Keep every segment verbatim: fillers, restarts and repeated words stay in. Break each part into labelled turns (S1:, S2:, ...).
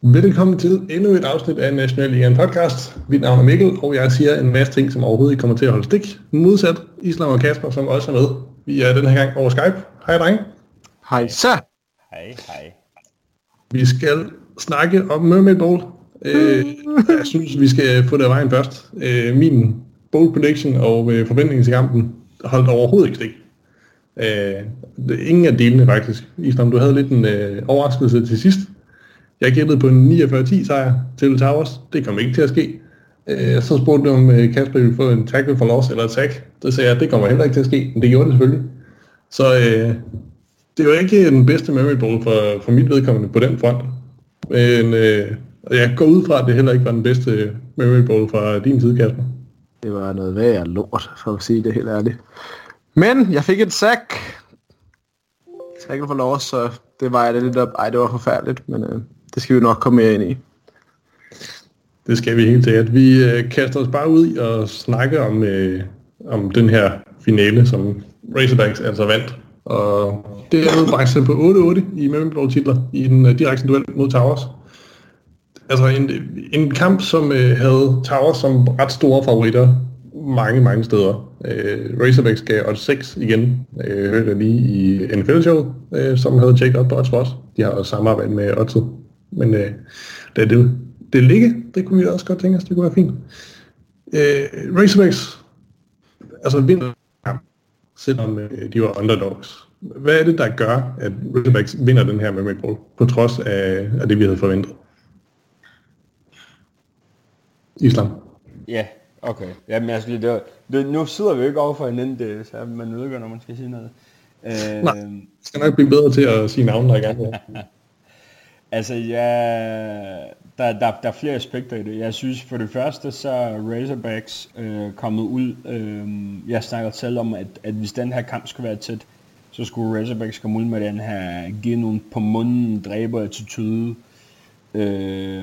S1: Velkommen til endnu et afsnit af National Ligaen podcast. Mit navn er Mikkel, og jeg siger en masse ting, som overhovedet ikke kommer til at holde stik. Modsat Islam og Kasper, som også er med. Vi er den her gang over Skype. Hej drenge.
S2: Hej så.
S3: Hej, hej.
S1: Vi skal snakke om Mermaid Bowl. Øh, jeg synes, vi skal få det af vejen først. Øh, min bowl prediction og øh, forventningen til kampen holdt overhovedet ikke stik. Øh, ingen af delene faktisk. Islam, du havde lidt en øh, overraskelse til sidst. Jeg gættede på en niogfyrre ti sejr til Towers. Det kom ikke til at ske. Øh, så spurgte du, om Kasper ville få en tackle for loss eller et sack. Det sagde jeg, at det kommer heller ikke til at ske, men det gjorde det selvfølgelig. Så øh, det var ikke den bedste Mermaid Bowl for, for mit vedkommende på den front. Men øh, jeg går ud fra, at det heller ikke var den bedste Mermaid Bowl fra din side, Kasper.
S2: Det var noget værd lort, for at sige det helt ærligt. Men jeg fik et sack. Tackle for loss, så det var jeg det lidt op. Ej, det var forfærdeligt, men øh, det skal vi nok komme mere ind i.
S1: Det skal vi helt sikkert. Vi øh, kaster os bare ud i og snakke om, øh, om den her finale, som Razorbacks altså vandt. Og det er udbragt sig på otte otte i Mermaid Bowl titler i den uh, direkte duel mod Towers. Altså en, en kamp, som øh, havde Towers som ret store favoritter mange, mange steder. Øh, Razorbacks gav odds seks igen, øh, hørte jeg lige i N F L-show, øh, som havde tjekket op på odds for os. De har også samarbejdet med oddset. Men øh, det, det, det ligge, det kunne vi også godt tænke os, det kunne være fint. Øh, Razorbacks altså vinder kamp, selvom øh, de var underdogs. Hvad er det, der gør, at Razorbacks vinder den her Mermaid Bowl, på trods af, af det, vi havde forventet? Islam.
S3: Ja, okay. Jamen, altså, det, var, det, nu sidder vi jo ikke over for hinanden, det, så man nødgår, når man skal sige noget. Øh,
S1: Nej, jeg skal nok blive bedre til at sige navnet, der i gang.
S3: Altså, ja, der, der, der er flere aspekter i det. Jeg synes, for det første, så er Razorbacks øh, kommet ud. Øh, jeg snakker selv om, at, at hvis den her kamp skulle være tæt, så skulle Razorbacks komme ud med den her, give nogen på munden, dræber attitude. Øh,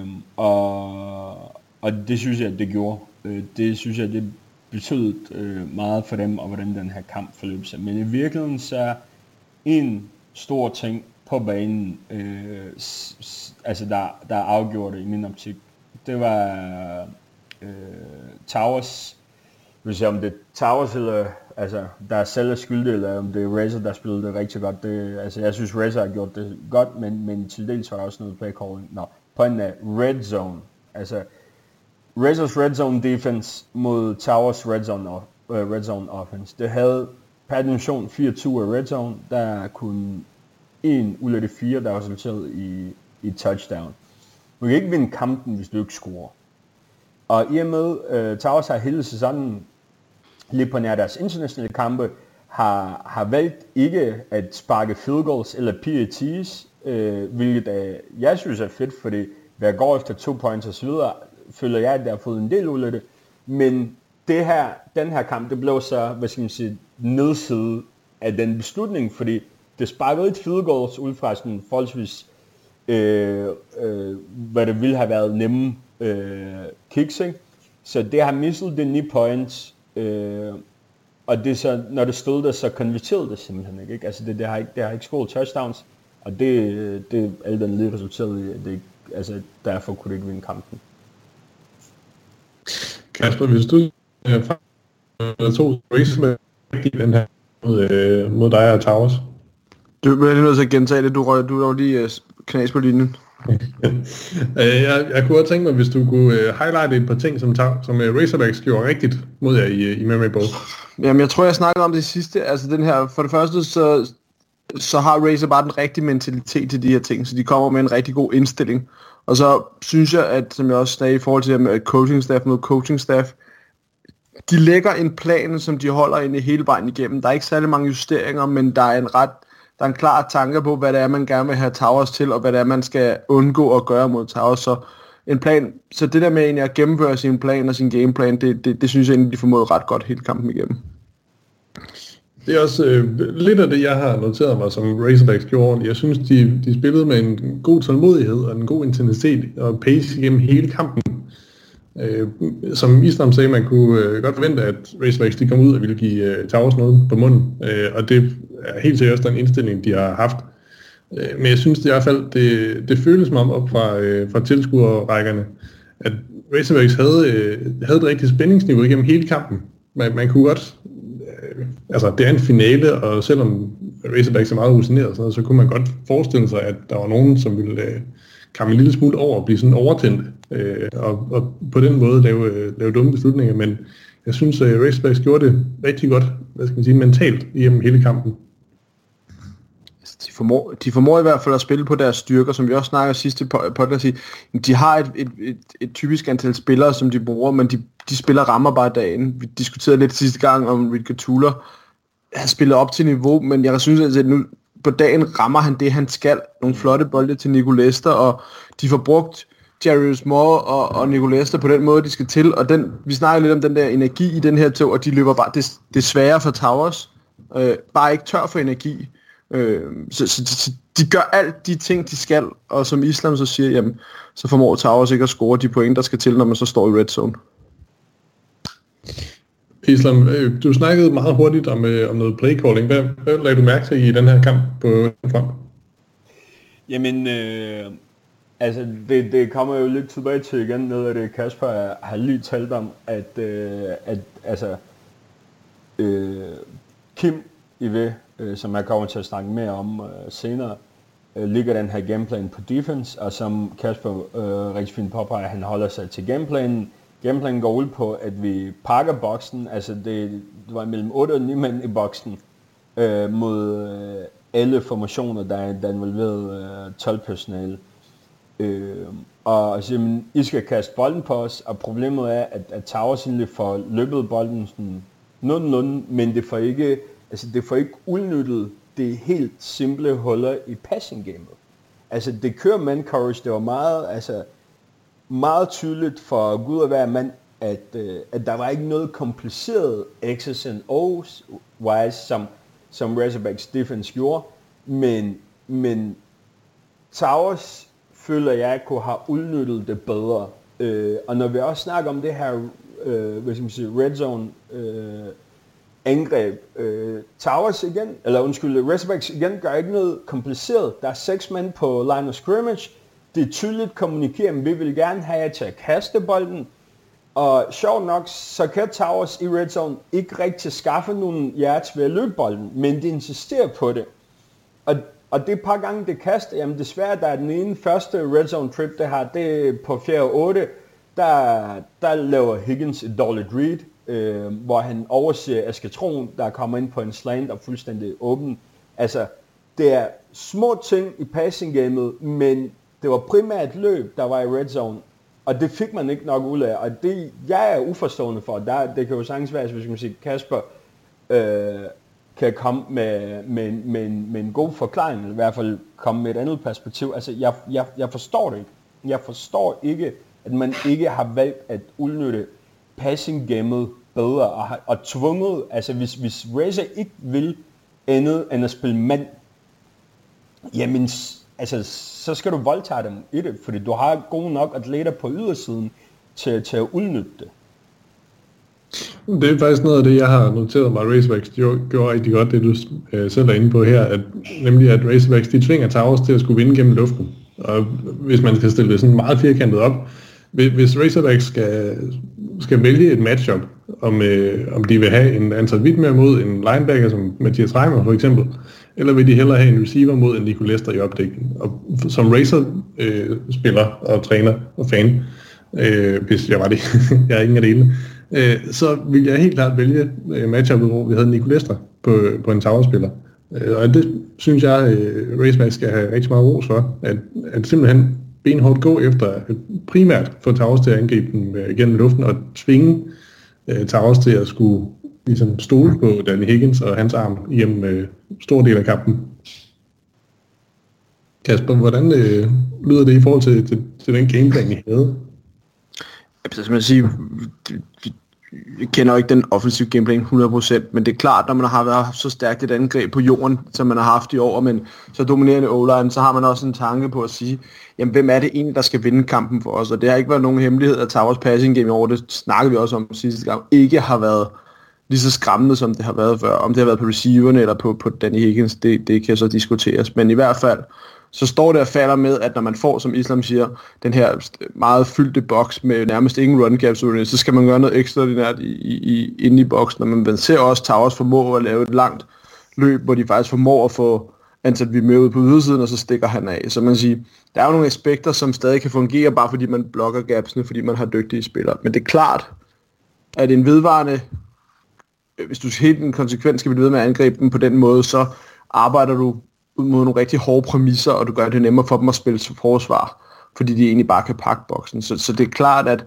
S3: og, og det synes jeg, at det gjorde. Øh, det synes jeg, det betød øh, meget for dem, og hvordan den her kamp forløb sig. Men i virkeligheden så er en stor ting på banen, øh, s- s- altså der, der afgjorde det i min optik. Det var øh, Towers. Jeg vil sige, om det er Towers eller altså, der er selv er skyldig, eller om det er Razor, der spillede det rigtig godt. Det, altså, jeg synes, Razor har gjort det godt, men, men til dels var der også noget play calling. Nå, pointen er red zone. Altså, Razors red zone defense mod Towers red zone, uh, red zone offense. Det havde per dimension fireogtyve af red zone, der kunne en ud af de fire, der resulterede i, i touchdown. Du kan ikke vinde kampen, hvis du ikke scorer. Og i og med, uh, Towers har hele sæsonen, lige på nær deres internationale kampe, har, har valgt ikke at sparke field goals eller P A Ts, øh, hvilket uh, jeg synes er fedt, fordi ved at gå efter to points og så videre, føler jeg, at der har fået en del ud af det. Men det her, den her kamp, det blev så, hvad skal man sige, nedside af den beslutning, fordi det sparkede et field goals ud fra sådan forholdsvis, øh, øh, hvad det ville have været nemme øh, kicks, ikke? Så det har misset de ni points, øh, og det så, når det stod der, så konverterede det simpelthen ikke, ikke? Altså det, det har ikke, det har ikke scoret touchdowns, og det, det alt den lige resulterede i, at det ikke, altså derfor kunne det ikke vinde kampen.
S1: Kasper, hvis du øh, fra to races i den her mod, øh, mod dig og Towers.
S2: Du bliver lige nødt til at gentage det. Du røg, du var lige uh, knas på linjen.
S1: jeg, jeg kunne godt tænke mig, hvis du kunne uh, highlighte et par ting, som, som uh, Razorbacks gjorde rigtigt mod jer i, i Mermaid Bowl.
S2: Jamen, jeg tror, jeg snakkede om det sidste. Altså den her, for det første, så, så har Razor bare den rigtige mentalitet til de her ting, så de kommer med en rigtig god indstilling. Og så synes jeg, at som jeg også sagde i forhold til det med coaching staff mod coaching staff, de lægger en plan, som de holder inde hele vejen igennem. Der er ikke særlig mange justeringer, men der er en ret, der er en klar tanke på, hvad det er, man gerne vil have Towers til, og hvad det er, man skal undgå at gøre mod Towers. Så en plan, så det der med egentlig at gennemføre sin plan og sin gameplan, det, det, det synes jeg egentlig, de formåede ret godt hele kampen igennem.
S1: Det er også øh, lidt af det, jeg har noteret mig, som Razorbacks gjorde. Jeg synes, de, de spillede med en god tålmodighed og en god intensitet og pace igennem hele kampen. Øh, som Islam sagde, man kunne øh, godt forvente, at Razorbacks de kom ud og ville give øh, Towers noget på munden. Øh, og det er helt sikkert også den indstilling, de har haft. Øh, men jeg synes det i hvert fald, det, det føles som om op fra, øh, fra tilskuerrækkerne, at Razorbacks havde, øh, havde et rigtigt spændingsniveau igennem hele kampen. Man, man kunne godt, øh, altså det er en finale, og selvom Razorbacks er meget rutineret, så, så kunne man godt forestille sig, at der var nogen, som ville øh, komme en lille smule over og blive sådan overtændte, øh, og, og på den måde lave, øh, lave dumme beslutninger, men jeg synes, at uh, Razorbacks gjorde det rigtig godt, hvad skal man sige, mentalt igennem hele kampen.
S2: De formår, de formår i hvert fald at spille på deres styrker, som vi også snakker sidste podcast i. De har et, et, et, et typisk antal spillere, som de bruger, men de, de spiller rammer bare dagen. Vi diskuterede lidt sidste gang om Reed Catuller. Han spiller op til niveau, men jeg synes, at nu på dagen rammer han det, han skal. Nogle flotte bolde til Nico Lester, og de får brugt Jarius Moore og, og Nico Lester på den måde, de skal til. Og den, vi snakker lidt om den der energi i den her tog, og de løber bare, det, det er sværere for Towers. Øh, bare ikke tør for energi. Øh, så, så, så de gør alt de ting, de skal, og som Islam så siger, jamen, så formår Towers ikke at score de point, der skal til, når man så står i red zone.
S1: Islam, du snakkede meget hurtigt om, om noget playcalling. Hvad, hvad lagde du mærke til i den her kamp på frem?
S3: Jamen, øh, altså det, det kommer jo lidt tilbage til igen, noget af det Kasper har lige talt om, at, øh, at altså, øh, Kim I V, øh, som jeg kommer til at snakke mere om øh, senere, øh, ligger den her gameplan på defense, og som Kasper øh, rigtig fint påpeger, han holder sig til gameplanen. Gameplanen går ud på, at vi pakker boksen, altså det, det var mellem otte og ni mænd i boksen, øh, mod øh, alle formationer, der er, der er involveret øh, tolv personale. Øh, og simpelthen, I skal kaste bolden på os, og problemet er, at, at Towers egentlig får løbet bolden sådan nogenlunde, men det får ikke, altså det får ikke udnyttet det helt simple huller i passing gamet. Altså det kører man coverage, det var meget, altså meget tydeligt for Gud og hver mand, at, øh, at der var ikke noget kompliceret X's and O's wise, som, som Razorbacks defense gjorde, men, men Towers føler jeg kunne have udnyttet det bedre. Øh, og når vi også snakker om det her øh, hvad skal man sige, red zone øh, angreb, øh, Towers igen, eller undskyld, Razorbacks igen gør ikke noget kompliceret. Der er seks mænd på line of scrimmage. Det er tydeligt kommunikeret, men vi vil gerne have jer til at kaste bolden. Og sjovt nok, så kan Towers i red zone ikke rigtig skaffe nogen yards ved at løbe bolden, men de insisterer på det. Og, og det par gange det kaster, jamen desværre, der er den ene første red zone trip, det har, det er på fjerde og otte, der, der laver Higgins et dårligt read, øh, hvor han overser Askatron, der kommer ind på en slant og fuldstændig åben. Altså, det er små ting i passing gamet, men det var primært løb, der var i red zone, og det fik man ikke nok ud af, og det jeg er uforstående for, der, det kan jo sagtens være, hvis man siger, Kasper øh, kan komme med, med, med, med en god forklaring, eller i hvert fald komme med et andet perspektiv. Altså, jeg, jeg, jeg forstår det ikke. Jeg forstår ikke, at man ikke har valgt at udnytte passing gamet bedre, og, og tvunget, altså hvis, hvis Razor ikke vil andet end at spille mand, jamen, altså, så skal du voldtage dem i det, fordi du har gode nok atleter på ydersiden til, til at udnytte det.
S1: Det er faktisk noget af det, jeg har noteret mig, at Razorbacks gjorde rigtig godt, det du øh, selv er inde på her, at, nemlig at Razorbacks, de tvinger Towers til at skulle vinde gennem luften. Og hvis man skal stille det sådan meget firkantet op, hvis Razorbacks skal, skal vælge et matchup, om, øh, om de vil have en Anton Whitmer mod en linebacker som Mathias Reimer for eksempel, eller vil de hellere have en receiver mod en Nico Lester i opdækning. Og som Razor øh, spiller og træner og fan, øh, hvis jeg var det, jeg er ingen af delene, øh, så vil jeg helt klart vælge øh, matchuppet, hvor vi havde Nico Lester på, på en Tower-spiller. Øh, og det synes jeg, øh, Razorbacks skal have rigtig meget ros for, at, at simpelthen benhårdt gå efter primært få Towers til at angribe den øh, gennem luften og tvinge øh, Towers til at skulle ligesom stole på Danny Higgins og hans arm igennem øh, stor del af kampen. Kasper, hvordan øh, lyder det i forhold til, til, til den gameplan, I havde?
S2: Jeg vil sige, jeg kender jo ikke den offensive gameplan hundrede procent, men det er klart, når man har været så stærkt et angreb på jorden, som man har haft i år, men så dominerende O-line, så har man også en tanke på at sige, jamen hvem er det egentlig, der skal vinde kampen for os? Og det har ikke været nogen hemmelighed, at Towers passing game i år, det snakkede vi også om sidste gang, ikke har været lige så skræmmende, som det har været før. Om det har været på receiverne eller på, på Danny Higgins, det, det kan så diskuteres. Men i hvert fald, så står det og falder med, at når man får, som Islam siger, den her meget fyldte boks med nærmest ingen run gaps, så skal man gøre noget ekstraordinært i, i, inde i boksen. Og man ser også Towers formå at lave et langt løb, hvor de faktisk formår at få ansat vi med ud på ydersiden, og så stikker han af. Så man siger, der er jo nogle aspekter, som stadig kan fungere, bare fordi man blokker gapsene, fordi man har dygtige spillere. Men det er klart, at en vedvarende, hvis du helt en konsekvens skal blive ved med at angribe dem på den måde, så arbejder du ud mod nogle rigtig hårde præmisser, og du gør det nemmere for dem at spille forsvar, fordi de egentlig bare kan pakke boksen. Så, så det er klart, at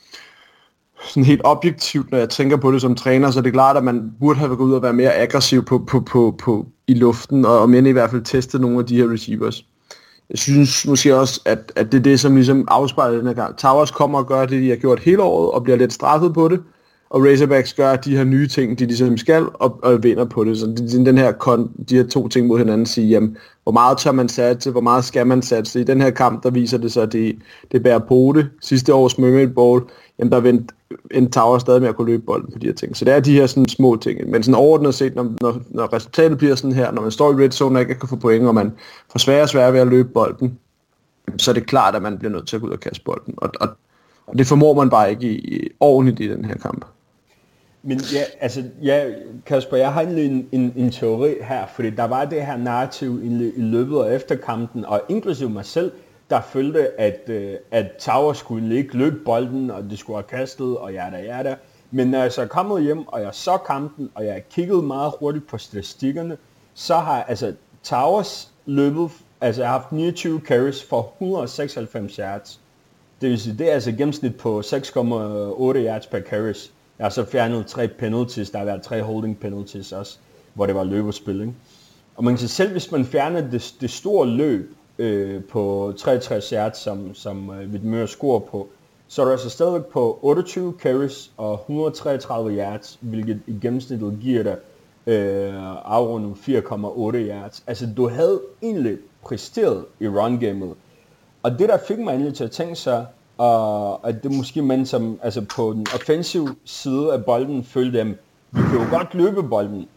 S2: sådan helt objektivt, når jeg tænker på det som træner, så er det klart, at man burde have gået ud og være mere aggressiv på, på, på, på, i luften, og om end i hvert fald teste nogle af de her receivers. Jeg synes måske også, at, at det er det, som ligesom afspejler den her gang. Towers kommer og gør det, de har gjort hele året, og bliver lidt straffet på det, og Razorbacks gør de her nye ting, de ligesom skal, og, og vinder på det. Så det, den her kon, de her to ting mod hinanden siger, jamen, hvor meget tør man satse, hvor meget skal man satse. I den her kamp, der viser det så, at det, det bærer på det. Sidste års Mermaid Bowl, jamen, der vendte en Tower stadig med at kunne løbe bolden på de her ting. Så det er de her sådan små ting. Men sådan overordnet set, når, når, når resultatet bliver sådan her, når man står i red zone og ikke kan få point, og man får sværere og sværere ved at løbe bolden, så er det klart, at man bliver nødt til at gå ud og kaste bolden. Og, og, og det formår man bare ikke i, i ordentligt i den her kamp.
S3: Men ja, altså, ja, Kasper, jeg har egentlig en, en, en teori her, fordi der var det her narrativ i, i løbet af efterkampen, og inklusive mig selv, der følte, at, øh, at Tower skulle ikke løbe bolden, og det skulle have kastet, og jada jada. Men når jeg så er kommet hjem, og jeg så kampen, og jeg kiggede meget hurtigt på statistikkerne, så har altså Towers løbet, altså jeg har haft niogtyve carries for et hundrede og seksoghalvfems yards. Det vil sige, det er altså gennemsnit på seks komma otte yards per carries. Jeg har så fjernet tre penalties, der har været tre holding penalties også, hvor det var løberspil, ikke? Og man kan sige, selv hvis man fjerner det, det store løb øh, på treogtres yards, som, som øh, Whitmer scorer på, så er du altså stadigvæk på otteogtyve carries og et hundrede og treogtredive yards, hvilket i gennemsnittet giver dig øh, afrundet fire komma otte yards. Altså du havde egentlig præsteret i run-gamet. Og det der fik mig egentlig til at tænke sig, og at det måske man som altså på den offensive side af bolden følte dem, vi kan jo godt løbe bolden.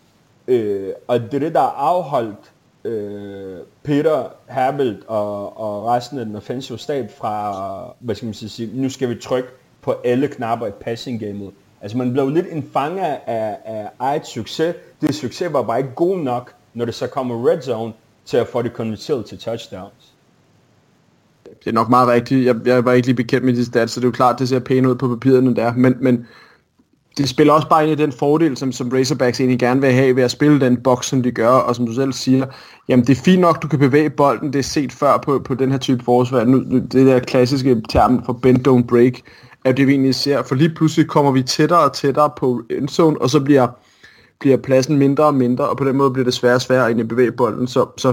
S3: Øh, og det er det, der har afholdt øh, Peter, Herbert og, og resten af den offensive stab fra, hvad skal man sige, nu skal vi trykke på alle knapper i passing-gamet. Altså man blev lidt en fanger af, af eget succes. Det succes var bare ikke god nok, når det så kommer red zone, til at få det konverteret til touchdowns.
S2: Det er nok meget rigtigt. Jeg, jeg var ikke lige bekendt med de stats, så det er jo klart, det ser pænt ud på papirerne der. Men, men det spiller også bare ind i den fordel, som, som Razorbacks egentlig gerne vil have ved at spille den boks, som de gør. Og som du selv siger, jamen det er fint nok, du kan bevæge bolden. Det er set før på, på den her type forsvar. Nu, det der klassiske term for bend, don't break, er det vi egentlig ser. For lige pludselig kommer vi tættere og tættere på endzone, og så bliver, bliver pladsen mindre og mindre. Og på den måde bliver det sværere og sværere at bevæge bolden. Så... så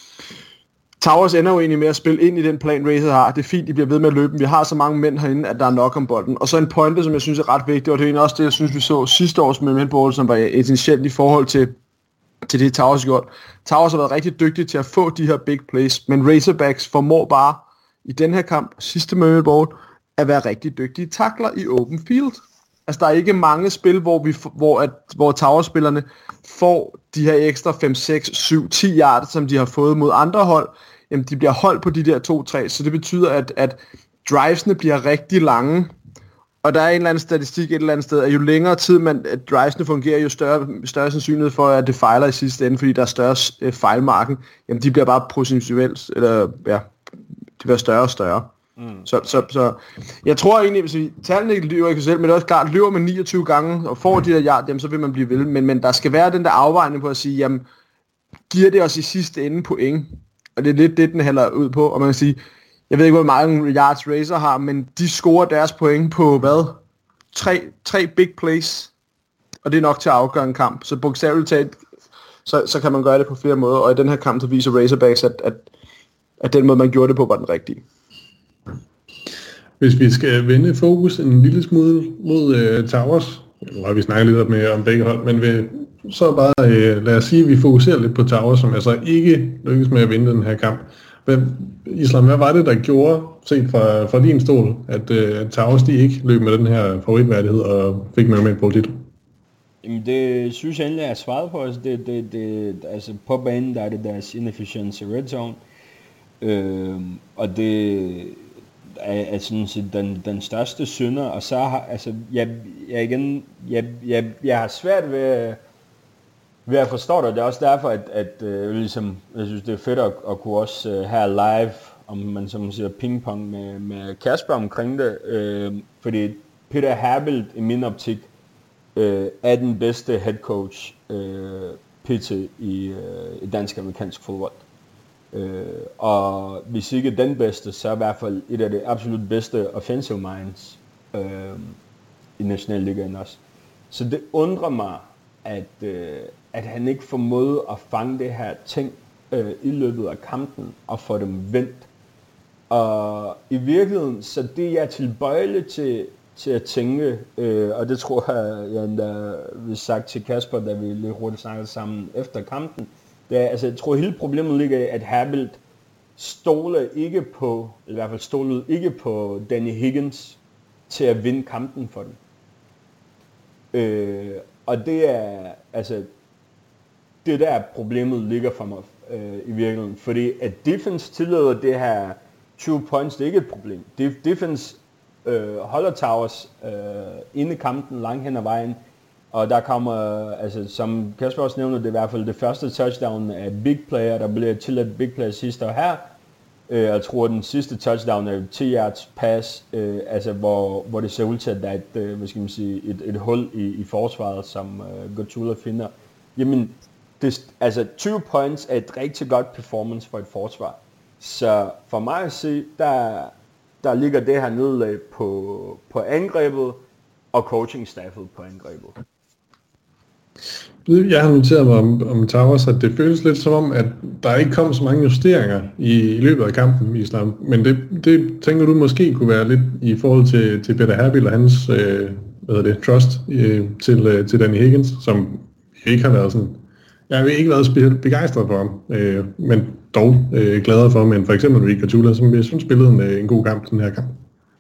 S2: Towers ender jo egentlig med at spille ind i den plan, Razer har. Det er fint, de bliver ved med at løbe. Vi har så mange mænd herinde, at der er nok om bolden. Og så en pointe, som jeg synes er ret vigtig, og det er egentlig også det, jeg synes, vi så sidste års med Midball, som var essentielt i forhold til, til det, Towers gjort. Towers har været rigtig dygtig til at få de her big plays, men Razorbacks formår bare i den her kamp, sidste med Midball, at være rigtig dygtige takler i open field. Altså, der er ikke mange spil, hvor, vi, hvor, at, hvor Towers-spillerne får de her ekstra fem, seks, syv, ti yards, som de har fået mod andre hold. Jamen, de bliver holdt på de der to tre, så det betyder, at, at drivesene bliver rigtig lange. Og der er en eller anden statistik et eller andet sted, at jo længere tid man, at drivesene fungerer, jo større, større sandsynlighed for, at det fejler i sidste ende, fordi der er større øh, fejlmarken. Jamen, de bliver bare procentuelt, eller ja, de bliver større og større. Mm. Så, så, så jeg tror egentlig, hvis vi tallene ikke lyver ikke selv, men det er også klart, løber man niogtyve gange og får de der yard, jamen, så vil man blive ved. Men, men der skal være den der afvejning på at sige, jamen, giver det os i sidste ende point? Og det er lidt det, den hælder ud på. Og man kan sige, jeg ved ikke, hvor mange yards Razer har, men de scorer deres point på, hvad? Tre, tre big plays. Og det er nok til at afgøre en kamp. Så bogstaveligt talt, så, så kan man gøre det på flere måder. Og i den her kamp, så viser Razorbacks, at, at, at den måde, man gjorde det på, var den rigtige.
S1: Hvis vi skal vende fokus en lille smule mod uh, Towers, eller vi snakker lidt med om begge hold, men vi, så bare uh, lad os sige, at vi fokuserer lidt på Towers, som altså ikke lykkes med at vinde den her kamp. Men Islam, hvad var det, der gjorde, set fra, fra din stol, at uh, Towers de ikke løb med den her favoritværdighed og fik med med på titel?
S3: Jamen det synes jeg endelig er svaret på. Altså, det, det, det, altså på banen der er det deres inefficiency red zone. Øh, og det er, er sådan set den, den største synder. Og så har, altså, jeg, jeg igen, jeg, jeg, jeg har svært ved, ved at forstå det. Det er også derfor, at, at øh, ligesom, jeg synes det er fedt at, at kunne også øh, her live, om man som siger pingpong med, med Kasper omkring det. Øh, fordi Peter Herbelt i min optik øh, er den bedste head coach øh, P T i, øh, i dansk-amerikansk fodbold. Øh, og hvis ikke den bedste, så er i hvert fald et af de absolut bedste offensive minds øh, i Nationalligaen også. Så det undrer mig, at, øh, at han ikke formåede at fange det her ting øh, i løbet af kampen og få dem vendt. Og i virkeligheden, så det jeg er tilbøjelig til, til at tænke, øh, og det tror jeg, jeg endda vil sagt til Kasper, da vi lidt hurtigt snakkede sammen efter kampen, det er, altså jeg tror hele problemet ligger i, at Herbelt stoler ikke på, eller i hvert fald stolede ikke på Danny Higgins til at vinde kampen for dem. Øh, og det er, altså, det er der problemet ligger for mig øh, i virkeligheden, fordi at defense tillader det her tyve points, det er ikke et problem. Defense øh, holder Towers øh, inde i kampen langt hen ad vejen, og der kommer, altså som Kasper også nævnte, det er i hvert fald det første touchdown af big player, der bliver tilladt big player sidste år her. Øh, jeg tror den sidste touchdown er ti yards pass, øh, altså hvor, hvor det ser ud til, at der er et, øh, hvad skal man sige, et, et hul i, i forsvaret, som øh, Gotula finder. Jamen, det, altså tyve points er et rigtig godt performance for et forsvar. Så for mig at se, der, der ligger det her nederlag på, på angrebet og coaching-staffet på angrebet.
S1: Jeg har noteret mig om, om Towers, at det føles lidt som om, at der ikke kom så mange justeringer i, i løbet af kampen i Islam. Men det, det tænker du måske kunne være lidt i forhold til, til Peter Herbelt og hans øh, hvad hedder det, trust øh, til, øh, til Danny Higgins, som ikke har været sådan. Jeg har ikke været specielt begejstret for ham, øh, men dog øh, gladere for ham end for eksempel Rick Gotula, som jeg synes spillede en, en god kamp den her kamp.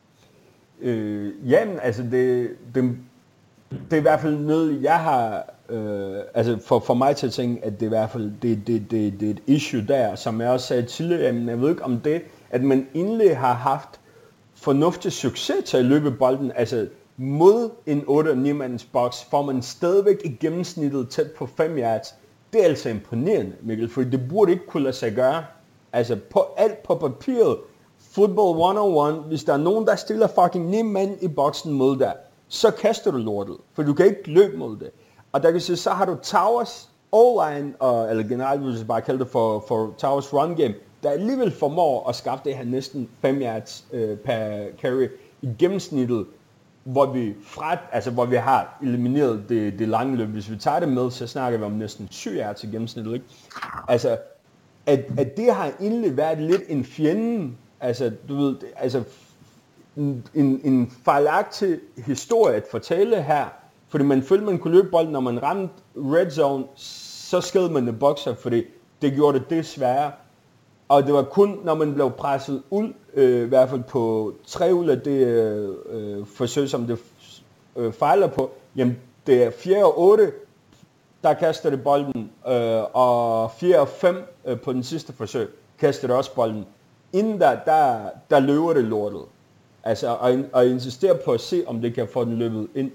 S3: Øh, jamen, altså det, det, det er i hvert fald noget, jeg har, øh, altså for, for mig til at tænke, at det er i hvert fald det, det, det, det er et issue der, som jeg også sagde tidligere, men jeg ved ikke om det, at man egentlig har haft fornuftig succes til at løbe bolden, altså mod en otte- og ni-mandens boks, får man stadigvæk i gennemsnittet tæt på fem yards. Det er altså imponerende, Mikkel, for det burde ikke kunne lade sig gøre. Altså på alt på papiret, football et nul et, hvis der er nogen, der stiller fucking ni mand i boksen mod dig, så kaster du lortet, for du kan ikke løbe mod det. Og der kan sige, så har du Towers O-line, og, eller generelt vil jeg bare kalde det for, for Towers run game, der alligevel formår at skaffe det her næsten fem yards øh, per carry i gennemsnittet, hvor vi, fra, altså, hvor vi har elimineret det, det lange løb. Hvis vi tager det med, så snakker vi om næsten syv yards i gennemsnittet, ikke? Altså, at, at det har egentlig været lidt en fjende, altså, du ved, altså, en, en fejlagtig historie at fortælle her, fordi man følte, man kunne løbe bolden, når man ramte red zone, så skød man det bokser, fordi det gjorde det det sværere. Og det var kun, når man blev presset ud, øh, i hvert fald på tre ud af det øh, forsøg, som det øh, fejler på, jamen det er fjerde og otte, der kaster det bolden, øh, og fjerde og fem øh, på den sidste forsøg, kaster det også bolden. Inden der, der, der løber det lortet. Altså, og, og insistere på at se, om det kan få den løbet ind.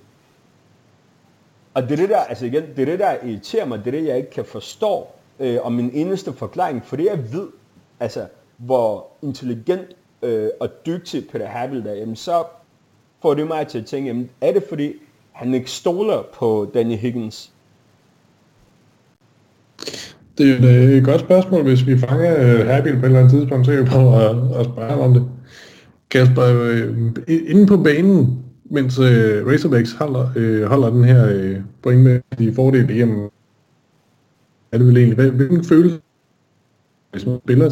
S3: Og det er det der, altså igen, det er det der irriterer mig, det er det, jeg ikke kan forstå, øh, om min eneste forklaring, for det jeg ved, altså, hvor intelligent øh, og dygtig Peter Herbelt er, jamen, så får det mig til at tænke, jamen, er det fordi, han ikke stoler på Danny Higgins?
S1: Det er et øh, godt spørgsmål, hvis vi fanger øh, Herbelt på et eller andet tidspunkt, så kan vi prøve at, at spørge om det. Kasper, øh, inde på banen, mens øh, Razorbacks holder, øh, holder den her øh, point med de fordele igennem, er det vel egentlig, hvilken følelse hvis man spiller?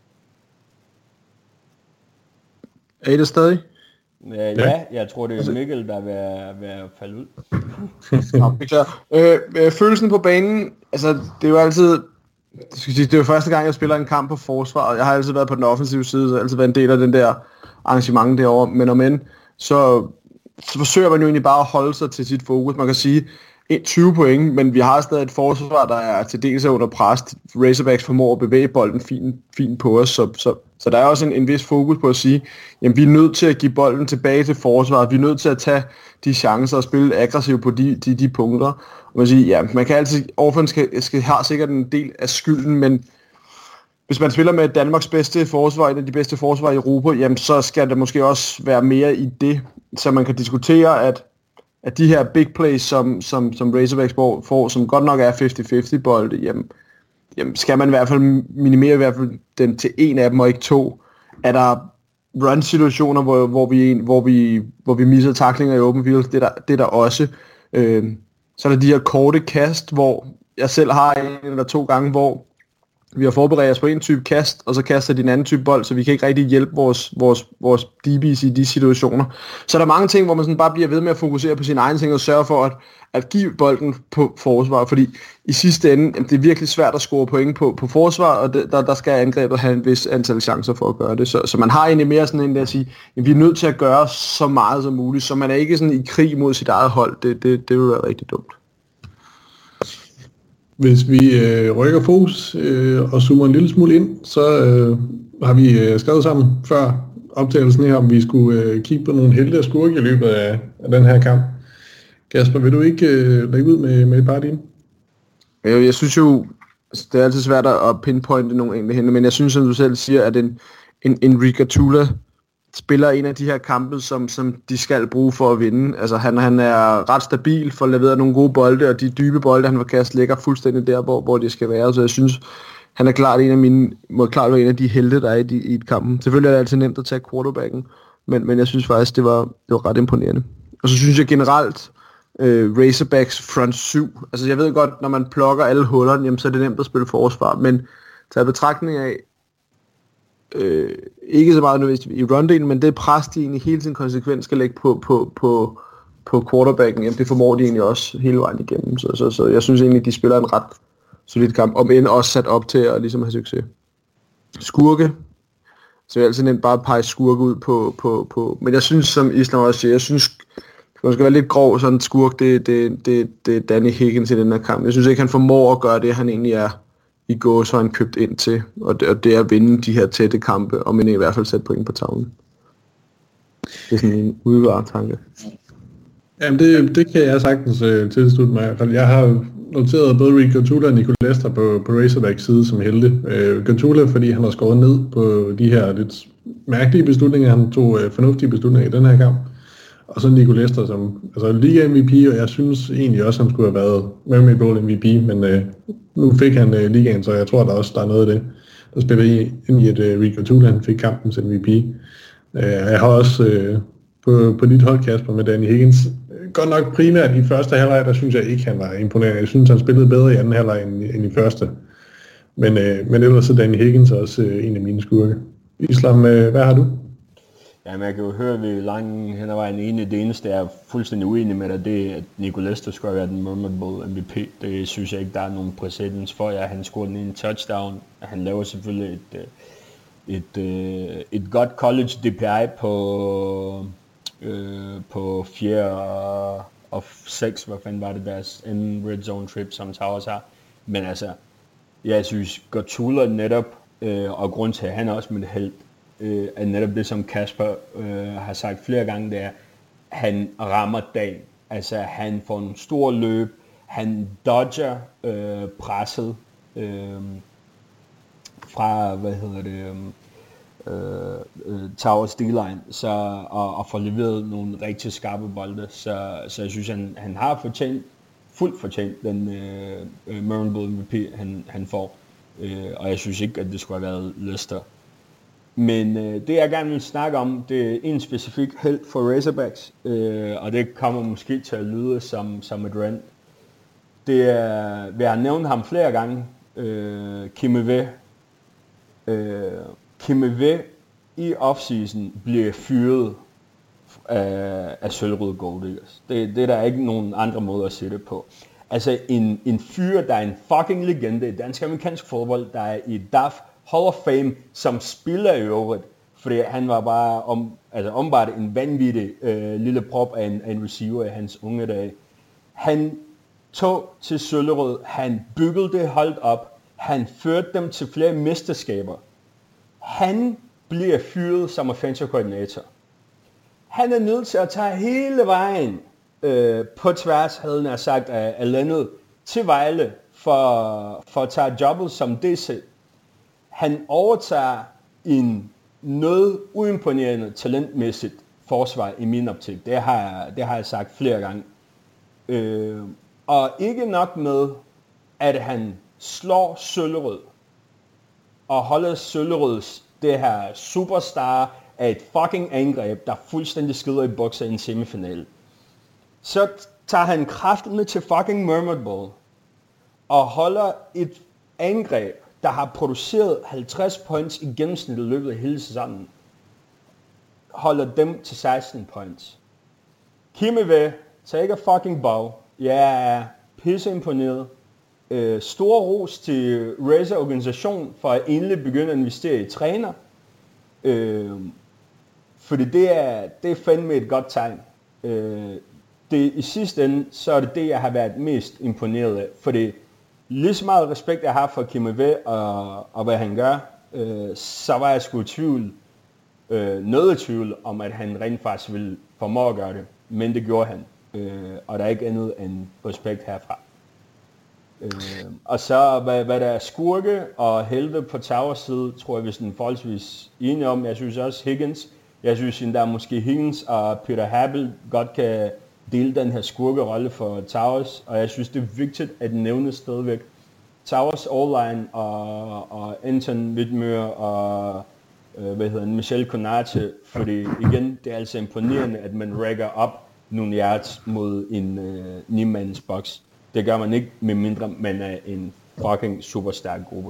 S2: Er I det stadig?
S3: Ja, ja, jeg tror det er Mikkel, der vil, vil falde ud.
S2: Nå, beklager. Øh, følelsen på banen, altså det er jo altid, skal sige, det er jo første gang, jeg spiller en kamp på forsvaret. Jeg har altid været på den offensive side, så jeg har altid været en del af den der arrangement derovre. Men om end, så, så forsøger man jo egentlig bare at holde sig til sit fokus. Man kan sige, tyve point, men vi har stadig et forsvar, der er til dels under pres. Razorbacks formår at bevæge bolden fint, fint på os, så, så, så der er også en, en vis fokus på at sige, jamen vi er nødt til at give bolden tilbage til forsvaret, vi er nødt til at tage de chancer og spille aggressivt på de, de, de punkter. Og man siger, ja, man kan altid, offense skal, skal have sikkert en del af skylden, men hvis man spiller med Danmarks bedste forsvar, en af de bedste forsvar i Europa, jamen så skal der måske også være mere i det, så man kan diskutere, at at de her big plays, som, som, som Razorbacks får, som godt nok er halvtreds halvtreds bolde, jamen, jamen skal man i hvert fald minimere i hvert fald den til en af dem, og ikke to. Er der run-situationer, hvor, hvor, vi, hvor, vi, hvor vi misser tacklinger i open field, det er der, det er der også. Øh, så er der de her korte kast, hvor jeg selv har en eller to gange, hvor vi har forberedt os på en type kast, og så kaster de en anden type bold, så vi kan ikke rigtig hjælpe vores, vores, vores D B's i de situationer. Så der er mange ting, hvor man sådan bare bliver ved med at fokusere på sine egne ting, og sørge for at, at give bolden på forsvar, fordi i sidste ende, jamen, det er virkelig svært at score point på, på forsvar, og det, der, der skal angrebet have en vis antal chancer for at gøre det. Så, så man har egentlig mere sådan en der at sige, at vi er nødt til at gøre så meget som muligt, så man er ikke sådan i krig mod sit eget hold. Det, det, det vil være rigtig dumt.
S1: Hvis vi øh, rykker fokus øh, og zoomer en lille smule ind, så øh, har vi øh, skrevet sammen før optagelsen her, om vi skulle øh, kigge på nogle helte og skurke i løbet af, af den her kamp. Kasper, vil du ikke øh, lægge ud med, med et par af dine?
S2: Jeg synes jo, det er altid svært at pinpointe nogle enkelte hente, men jeg synes, som du selv siger, at en, en, en Rick Gatula spiller en af de her kampe, som, som de skal bruge for at vinde. Altså han, han er ret stabil, for leveret nogle gode bolde, og de dybe bolde, han vil kaste, ligger fuldstændig der, hvor, hvor det skal være. Så jeg synes, han er klart en af mine, må klart være en af de helte, der er i, de, i et kampen. Selvfølgelig er det altid nemt at tage quarterbacken, men, men jeg synes faktisk, det var, det var ret imponerende. Og så synes jeg generelt, øh, Razorbacks front syv, altså jeg ved godt, når man plukker alle hullerne, jamen, så er det nemt at spille forsvar, men taget betragtning af, Øh, ikke så meget nødvendigvis i rundelen, men det pres, de egentlig hele tiden konsekvent skal lægge på, på, på, på quarterbacken, jamen det formår de egentlig også hele vejen igennem. Så, så, så jeg synes egentlig, de spiller en ret solid kamp, om end også sat op til at ligesom have succes. Skurke, så jeg altid nemt bare pege skurke ud på, på, på, men jeg synes, som Islam også siger, jeg synes, det skal være lidt grov, sådan en skurk, det, det, det, det er Danny Higgins i den her kamp. Jeg synes ikke, han formår at gøre det, han egentlig er i går, så han købt ind til, og det, og det er at vinde de her tætte kampe, og men i hvert fald sætte point på tavlen. Det er sådan en udvaret tanke.
S1: Jamen det, det kan jeg sagtens uh, tilslutte mig. Jeg har noteret både Rick Gatula og Nico Lester på, på Razorbacks side som helte. Uh, Gatula, fordi han har skåret ned på de her lidt mærkelige beslutninger. Han tog uh, fornuftige beslutninger i den her kamp. Og så Nico Lester som altså Liga M V P, og jeg synes egentlig også, at han skulle have været Mermaid Bowl M V P, men uh, nu fik han uh, ligaen, så jeg tror der også der er noget af det, der spiller i, ind i, at uh, Rick Gatula han fik kampens M V P. Uh, jeg har også uh, på, på dit hold, Kasper, med Danny Higgins, godt nok primært i første halvleg, der synes jeg ikke, han var imponerende. Jeg synes, han spillede bedre i anden halvleg end, end i første. Men, uh, men ellers er Danny Higgins også uh, en af mine skurke. Islam, uh, hvad har du?
S3: Jamen, jeg kan jo høre, at vi langt hen ad vejen ene. Det eneste, jeg er fuldstændig uenig med dig, det er, at Nico Lester skulle være den Mermaid Bowl M V P. Det synes jeg ikke, der er nogen præcedens for. Ja, han scorede den ene touchdown. Han laver selvfølgelig et, et, et, et godt college D P I på, øh, på fjerde og seks. Hvad fanden var det deres en red zone trip, som Towers har. Men altså, jeg synes, Gatula netop, øh, og grund til, at han er også mit held, Øh, er netop det, som Kasper øh, har sagt flere gange, det er, han rammer dagen. Altså, han får en stor løb, han dodger øh, presset øh, fra, hvad hedder det, øh, øh, Towers D-line, så, og, og får leveret nogle rigtig skarpe bolde. Så, så jeg synes, han, han har fortjent, fuldt fortjent den øh, Mermaid Bowl M V P, han, han får. Øh, og jeg synes ikke, at det skulle have været Lester. Men øh, det jeg gerne vil snakke om, det er en specifik held for Razorbacks, øh, og det kommer måske til at lyde som, som et rant. Det er, vi har nævnt ham flere gange, øh, Kimmeve. Øh, Kimmeve i offseason bliver fyret af, af Søllerød Gold Eagles. Det, det er der ikke nogen andre måder at se det på. Altså en, en fyr, der er en fucking legende i dansk-amerikansk fodbold, der er i D A F Hall of Fame, som spiller i øvrigt, fordi han var bare om, altså ombart en vanvittig øh, lille prop af en, af en receiver i hans unge dage. Han tog til Søllerød, han byggede det holdt op, han førte dem til flere mesterskaber. Han bliver fyret som offensive koordinator. Han er nødt til at tage hele vejen øh, på tværs, havde han sagt, af, af landet til Vejle for, for at tage jobbet som D C. Han overtager en noget uimponerende talentmæssigt forsvar i min optik. Det har jeg, det har jeg sagt flere gange. Øh, og ikke nok med, at han slår Søllerød og holder Søllerøds det her superstar af et fucking angreb, der fuldstændig skider i bukser i en semifinale. Så tager han kræfterne til fucking Mermaid Ball og holder et angreb, der har produceret halvtreds points i gennemsnit i løbet af hele sæsonen. Holder dem til seksten points. Kimive tager fucking bow. Jeg er pisse imponeret. Øh, stor ros til Razer organisation for at endelig begynde at investere i træner. Øh, fordi det er, det er fandme et godt tegn. Øh, det, I sidste ende, så er det det, jeg har været mest imponeret af. Fordi lige så meget respekt, jeg har for Kimive og, og hvad han gør, øh, så var jeg sgu i tvivl, øh, noget i tvivl om, at han rent faktisk ville formå at gøre det. Men det gjorde han. Øh, og der er ikke andet end respekt herfra. Øh, og så hvad, hvad der er skurke og helte på Towers side, tror jeg vi er sådan forholdsvis enige om. Jeg synes også Higgins, jeg synes endda der måske Higgins og Peter Habel godt kan dele den her skurkerolle for Towers, og jeg synes det er vigtigt at nævne stadigvæk Towers O-line og, og Anton Whitmer og øh, hvad hedder han, Michel Konate, fordi igen det er altså imponerende at man rækker op nogle yards mod en øh, ni-mands box. Det gør man ikke, med mindre man er en fucking super stærk gruppe.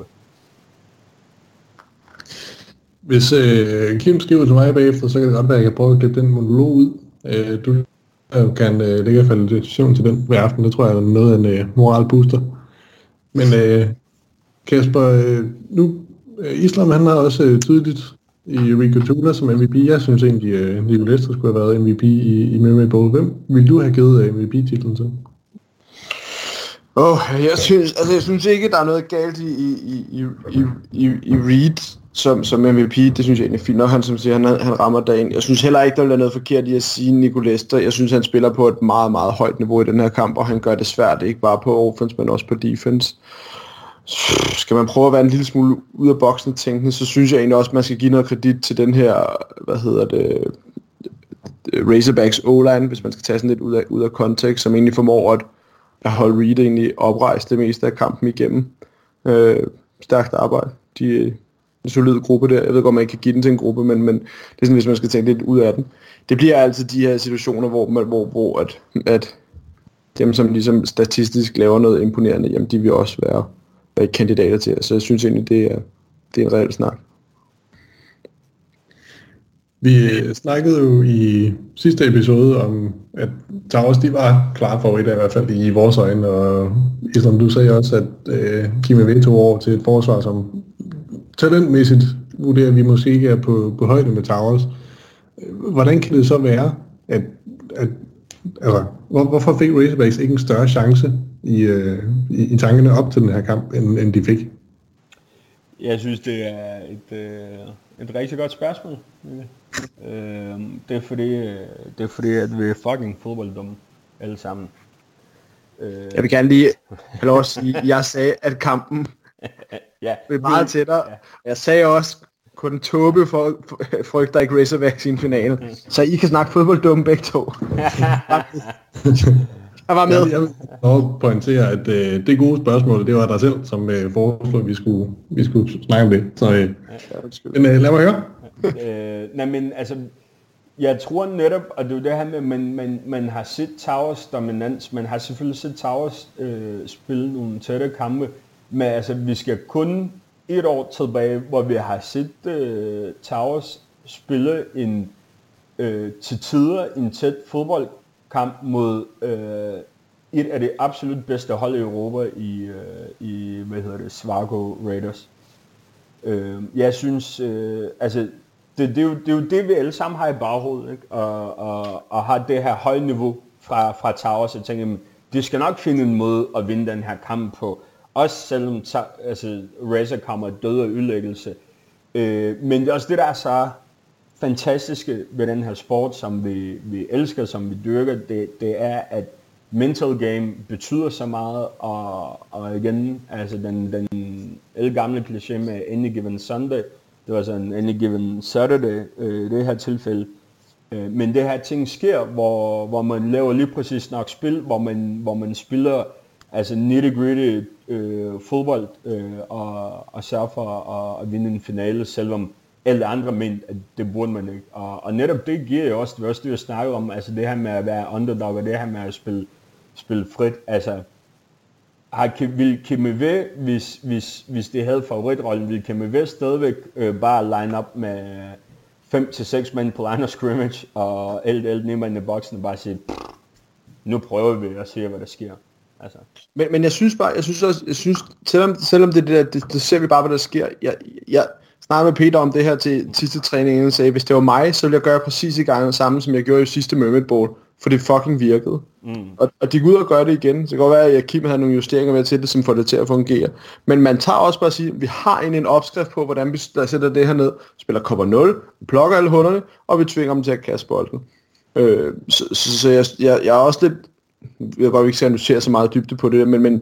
S1: Hvis øh, Kim skriver til mig bagefter, så kan det godt være, at jeg kan prøve at klippe den monolog ud. Øh, du kan øh, lægge fallitation til den hver aften. Det tror jeg er noget af en øh, moral booster. Men øh, Kasper, øh, nu øh, Islam han har også øh, tydeligt i Rico Tula som M V P. Jeg synes egentlig, at øh, Nico Lester skulle have været M V P i, i Mermaid Bowl. Hvem ville du have givet øh, M V P-titlen til?
S2: Åh, oh, jeg synes, altså jeg synes ikke, der er noget galt i, i, i, i, i, i Reed som, som M V P. Det synes jeg egentlig er fint nok, han som siger, han, han rammer dagen. Jeg synes heller ikke, der er noget forkert i at sige Nico Lester. Jeg synes, han spiller på et meget, meget højt niveau i den her kamp, og han gør det svært, ikke bare på offense, men også på defense. Skal man prøve at være en lille smule ud af boksen tænkende, så synes jeg egentlig også, man skal give noget kredit til den her, hvad hedder det, Razorbacks O-line, hvis man skal tage sådan lidt ud af, ud af kontekst, som egentlig formår at at holde Reed egentlig oprejst det meste af kampen igennem. Øh, stærkt arbejde. De er en solid gruppe der. Jeg ved godt, man ikke kan give den til en gruppe, men, men det er sådan, hvis man skal tænke lidt ud af den. Det bliver altid de her situationer, hvor, man, hvor, hvor at, at dem, som ligesom statistisk laver noget imponerende, jamen de vil også være, være kandidater til. Så jeg synes egentlig, det er, det er en reel snak.
S1: Vi snakkede jo i sidste episode om, at Towers de var klar for et i hvert fald i vores øjne, og som du sagde også, at øh, Kimive tog over til et forsvar, som talentmæssigt vurderer vi måske ikke er på, på højde med Towers. Hvordan kan det så være, at, at altså, hvor, hvorfor fik Razorbacks ikke en større chance i, øh, i, i tankerne op til den her kamp, end, end de fik?
S3: Jeg synes, det er et, øh, et rigtig godt spørgsmål. Øh, det er fordi, det er fordi, at vi er fucking fodbolddumme alle sammen. Øh,
S2: jeg vil gerne lige have lov at sige, at jeg sagde, at kampen
S3: ja,
S2: blev meget tættere. Ja. Jeg sagde også, kun en tåbe for, for, frygter ikke Razorbacks i en finale. Mm. Så I kan snakke fodbolddumme begge to. Jeg var med.
S1: Jeg, jeg vil pointere, at øh, det gode spørgsmål, det var dig selv, som øh, foreslog, at vi skulle, vi skulle snakke om det. Så øh, ja, men, øh, lad mig høre.
S3: øh, nej, men altså, jeg tror netop, og det er jo det her med, man, man, man har set Towers dominans, man har selvfølgelig set Towers øh, spille nogle tætte kampe, men altså, vi skal kun et år tilbage, hvor vi har set øh, Towers spille en øh, til tider en tæt fodbold kamp mod øh, et af de absolut bedste hold i Europa i, øh, i hvad hedder det, Swargo Raiders. Øh, jeg synes, øh, altså, det, det, er jo, det er jo det, vi alle sammen har i baghovedet, ikke? Og, og, og har det her høje niveau fra, fra Towers. Jeg tænker, de skal nok finde en måde at vinde den her kamp på. Også selvom altså, Razor kommer død og ødelæggelse. Øh, men det er også det, der er så fantastiske ved den her sport, som vi, vi elsker, som vi dyrker. Det, det er, at mental game betyder så meget, og, og igen, altså den, den ældgamle kliché med any given Sunday, det var sådan any given Saturday øh, i det her tilfælde. Øh, men det her ting sker, hvor, hvor man laver lige præcis nok spil, hvor man, hvor man spiller altså nitty-gritty øh, fodbold øh, og, og sørger for at, at vinde en finale, selvom alle andre mente, at det burde man ikke. Og, og netop det giver jo også, det var også det, jeg snakkede om, altså det her med at være underdog, og det her med at spille, spille frit. Altså, har, vil Kimmy, hvis, hvis, hvis det havde favoritrollen, ville Kimmy stadigvæk øh, bare line up med fem til seks mænd på line of scrimmage, og alt, alt nemmere i boksen, og bare sige, nu prøver vi at se, hvad der sker. Altså.
S2: Men, men jeg synes bare, jeg synes også, jeg synes, selvom, selvom det, det, der, det, det ser vi bare, hvad der sker. Jeg, jeg snakkede med Peter om det her til sidste træning, og sagde, hvis det var mig, så ville jeg gøre præcis i gang det samme, som jeg gjorde i sidste Mermaid Bowl, for det fucking virkede. Mm. Og, og de går ud og gør det igen. Så det kan godt være, at Kim har nogle justeringer med til det, som får det til at fungere. Men man tager også bare at sige, at vi har en, en opskrift på, hvordan vi sætter det her ned, spiller cover nul, vi plukker alle hunderne, og vi tvinger dem til at kaste bolden. Øh, så, så, så jeg, jeg, jeg er også lidt, jeg kan godt ikke se, at du ser så meget dybde på det der, men, men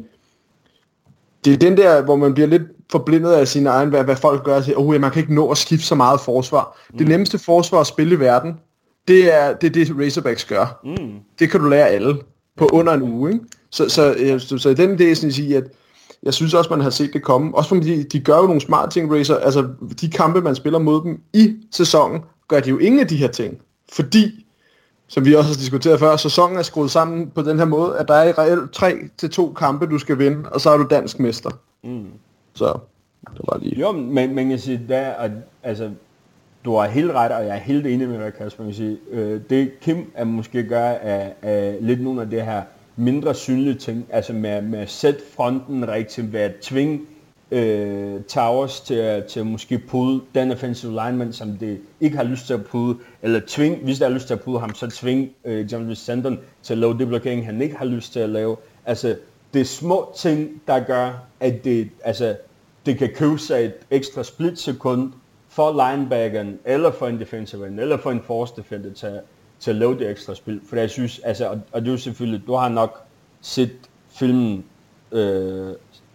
S2: det er den der, hvor man bliver lidt forblindet af sin egen, hvad, hvad folk gør, og siger, oh, ja, man kan ikke nå at skifte så meget forsvar. Mm. Det nemmeste forsvar at spille i verden, det er det, er det Razorbacks gør. Mm. Det kan du lære alle på under en uge. Ikke? Så, så, så, så i den del sådan at sige, at jeg synes også, man har set det komme. Også fordi de, de gør jo nogle smarte ting, Razor. Altså, de kampe, man spiller mod dem i sæsonen, gør de jo ingen af de her ting. Fordi, som vi også har diskuteret før, sæsonen er skruet sammen på den her måde, at der er i reelt tre til to kampe, du skal vinde, og så er du dansk mester. Mm. Så, det var lige...
S3: Jo, men, men jeg siger, der er, altså, du har helt ret, og jeg er helt enig med dig, Kasper. Jeg siger, øh, det Kim er måske gør af, af lidt nogle af det her mindre synlige ting, altså med, med at sætte fronten rigtigt, ved at tvinge øh, Towers til at, til at måske pude den offensive lineman, som det ikke har lyst til at pude, eller tvinge, hvis der har lyst til at pude ham, så tvinge øh, Jonathan Sandon til at lave det blokering, han ikke har lyst til at lave. Altså, det er små ting, der gør, at det, altså, det kan købe sig et ekstra splitsekund for linebackeren, eller for en defensive end, eller for en force defender til, til at lave det ekstra spil. For jeg synes, altså, og, og det er jo selvfølgelig, du har nok set filmen øh,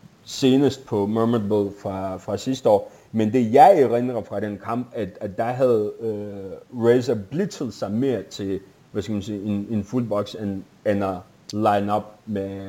S3: senest på Mermaid Bowl fra, fra sidste år, men det jeg erindrer fra den kamp, at, at der havde øh, Razor blitzet sig mere til, hvad skal man sige, en, en full box, end, end at line up med,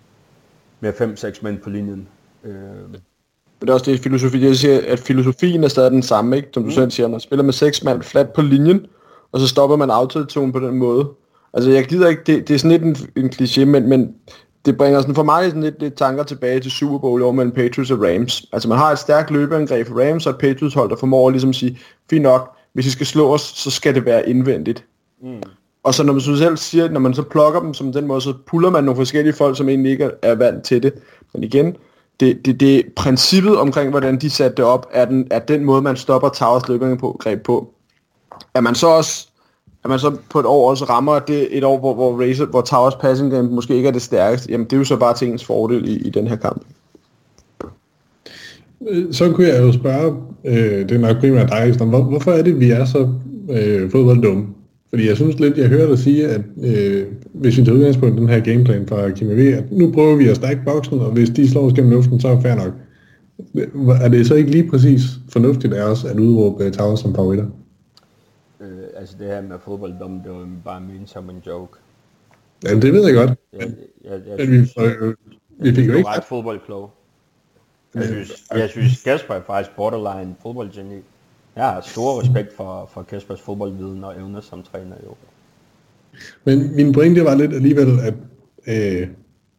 S3: med fem seks mænd på linjen. Øh,
S2: Men det er også det filosofi, jeg siger, at filosofien er stadig den samme, ikke? Som du mm. selv siger, man spiller med seks mand flat på linjen, og så stopper man autotune på den måde. Altså jeg gider ikke, det, det er sådan lidt en, en kliché, men, men det bringer sådan for mig sådan lidt, lidt tanker tilbage til Super Bowl over mellem Patriots og Rams. Altså man har et stærkt løbeangreb for Rams, og et Patriots hold, der formår ligesom at sige, fint nok, hvis I skal slå os, så skal det være indvendigt. Mm. Og så når man så selv siger, når man så plukker dem som den måde, så puller man nogle forskellige folk, som egentlig ikke er vant til det. Men igen, Det, det, det princippet omkring, hvordan de satte det op, er den, er den måde, man stopper Towers løbende på, greb på. Er man så også, er man så på et år også rammer det et år, hvor, hvor, Razor, hvor Towers passing game måske ikke er det stærkeste, jamen det er jo så bare tingens fordel i, i den her kamp.
S1: Så kunne jeg jo spørge, øh, det er nok primært dig, hvor, hvorfor er det, vi er så øh, fodbolddumme? Fordi jeg synes lidt, jeg hører dig sige, at øh, hvis vi tager udgangspunkt i den her gameplan fra Kim V, at nu prøver vi at strække boksen, og hvis de slår os gennem luften, så er det fair nok. Er det så ikke lige præcis fornuftigt af os at udråbe Towers som favoritter?
S3: Øh, altså det her med fodbolddom, det var bare ment som en joke.
S1: Jamen det ved jeg godt.
S3: Jeg, jeg, jeg, jeg
S1: men
S3: synes,
S1: vi, øh, vi fik jo ikke
S3: ret fodboldklog. Jeg synes, jeg synes Kasper er faktisk borderline fodboldgeni. Jeg har stor respekt for, for Kaspers fodboldviden og evner som træner jo.
S1: Men min pointe var lidt alligevel, at øh,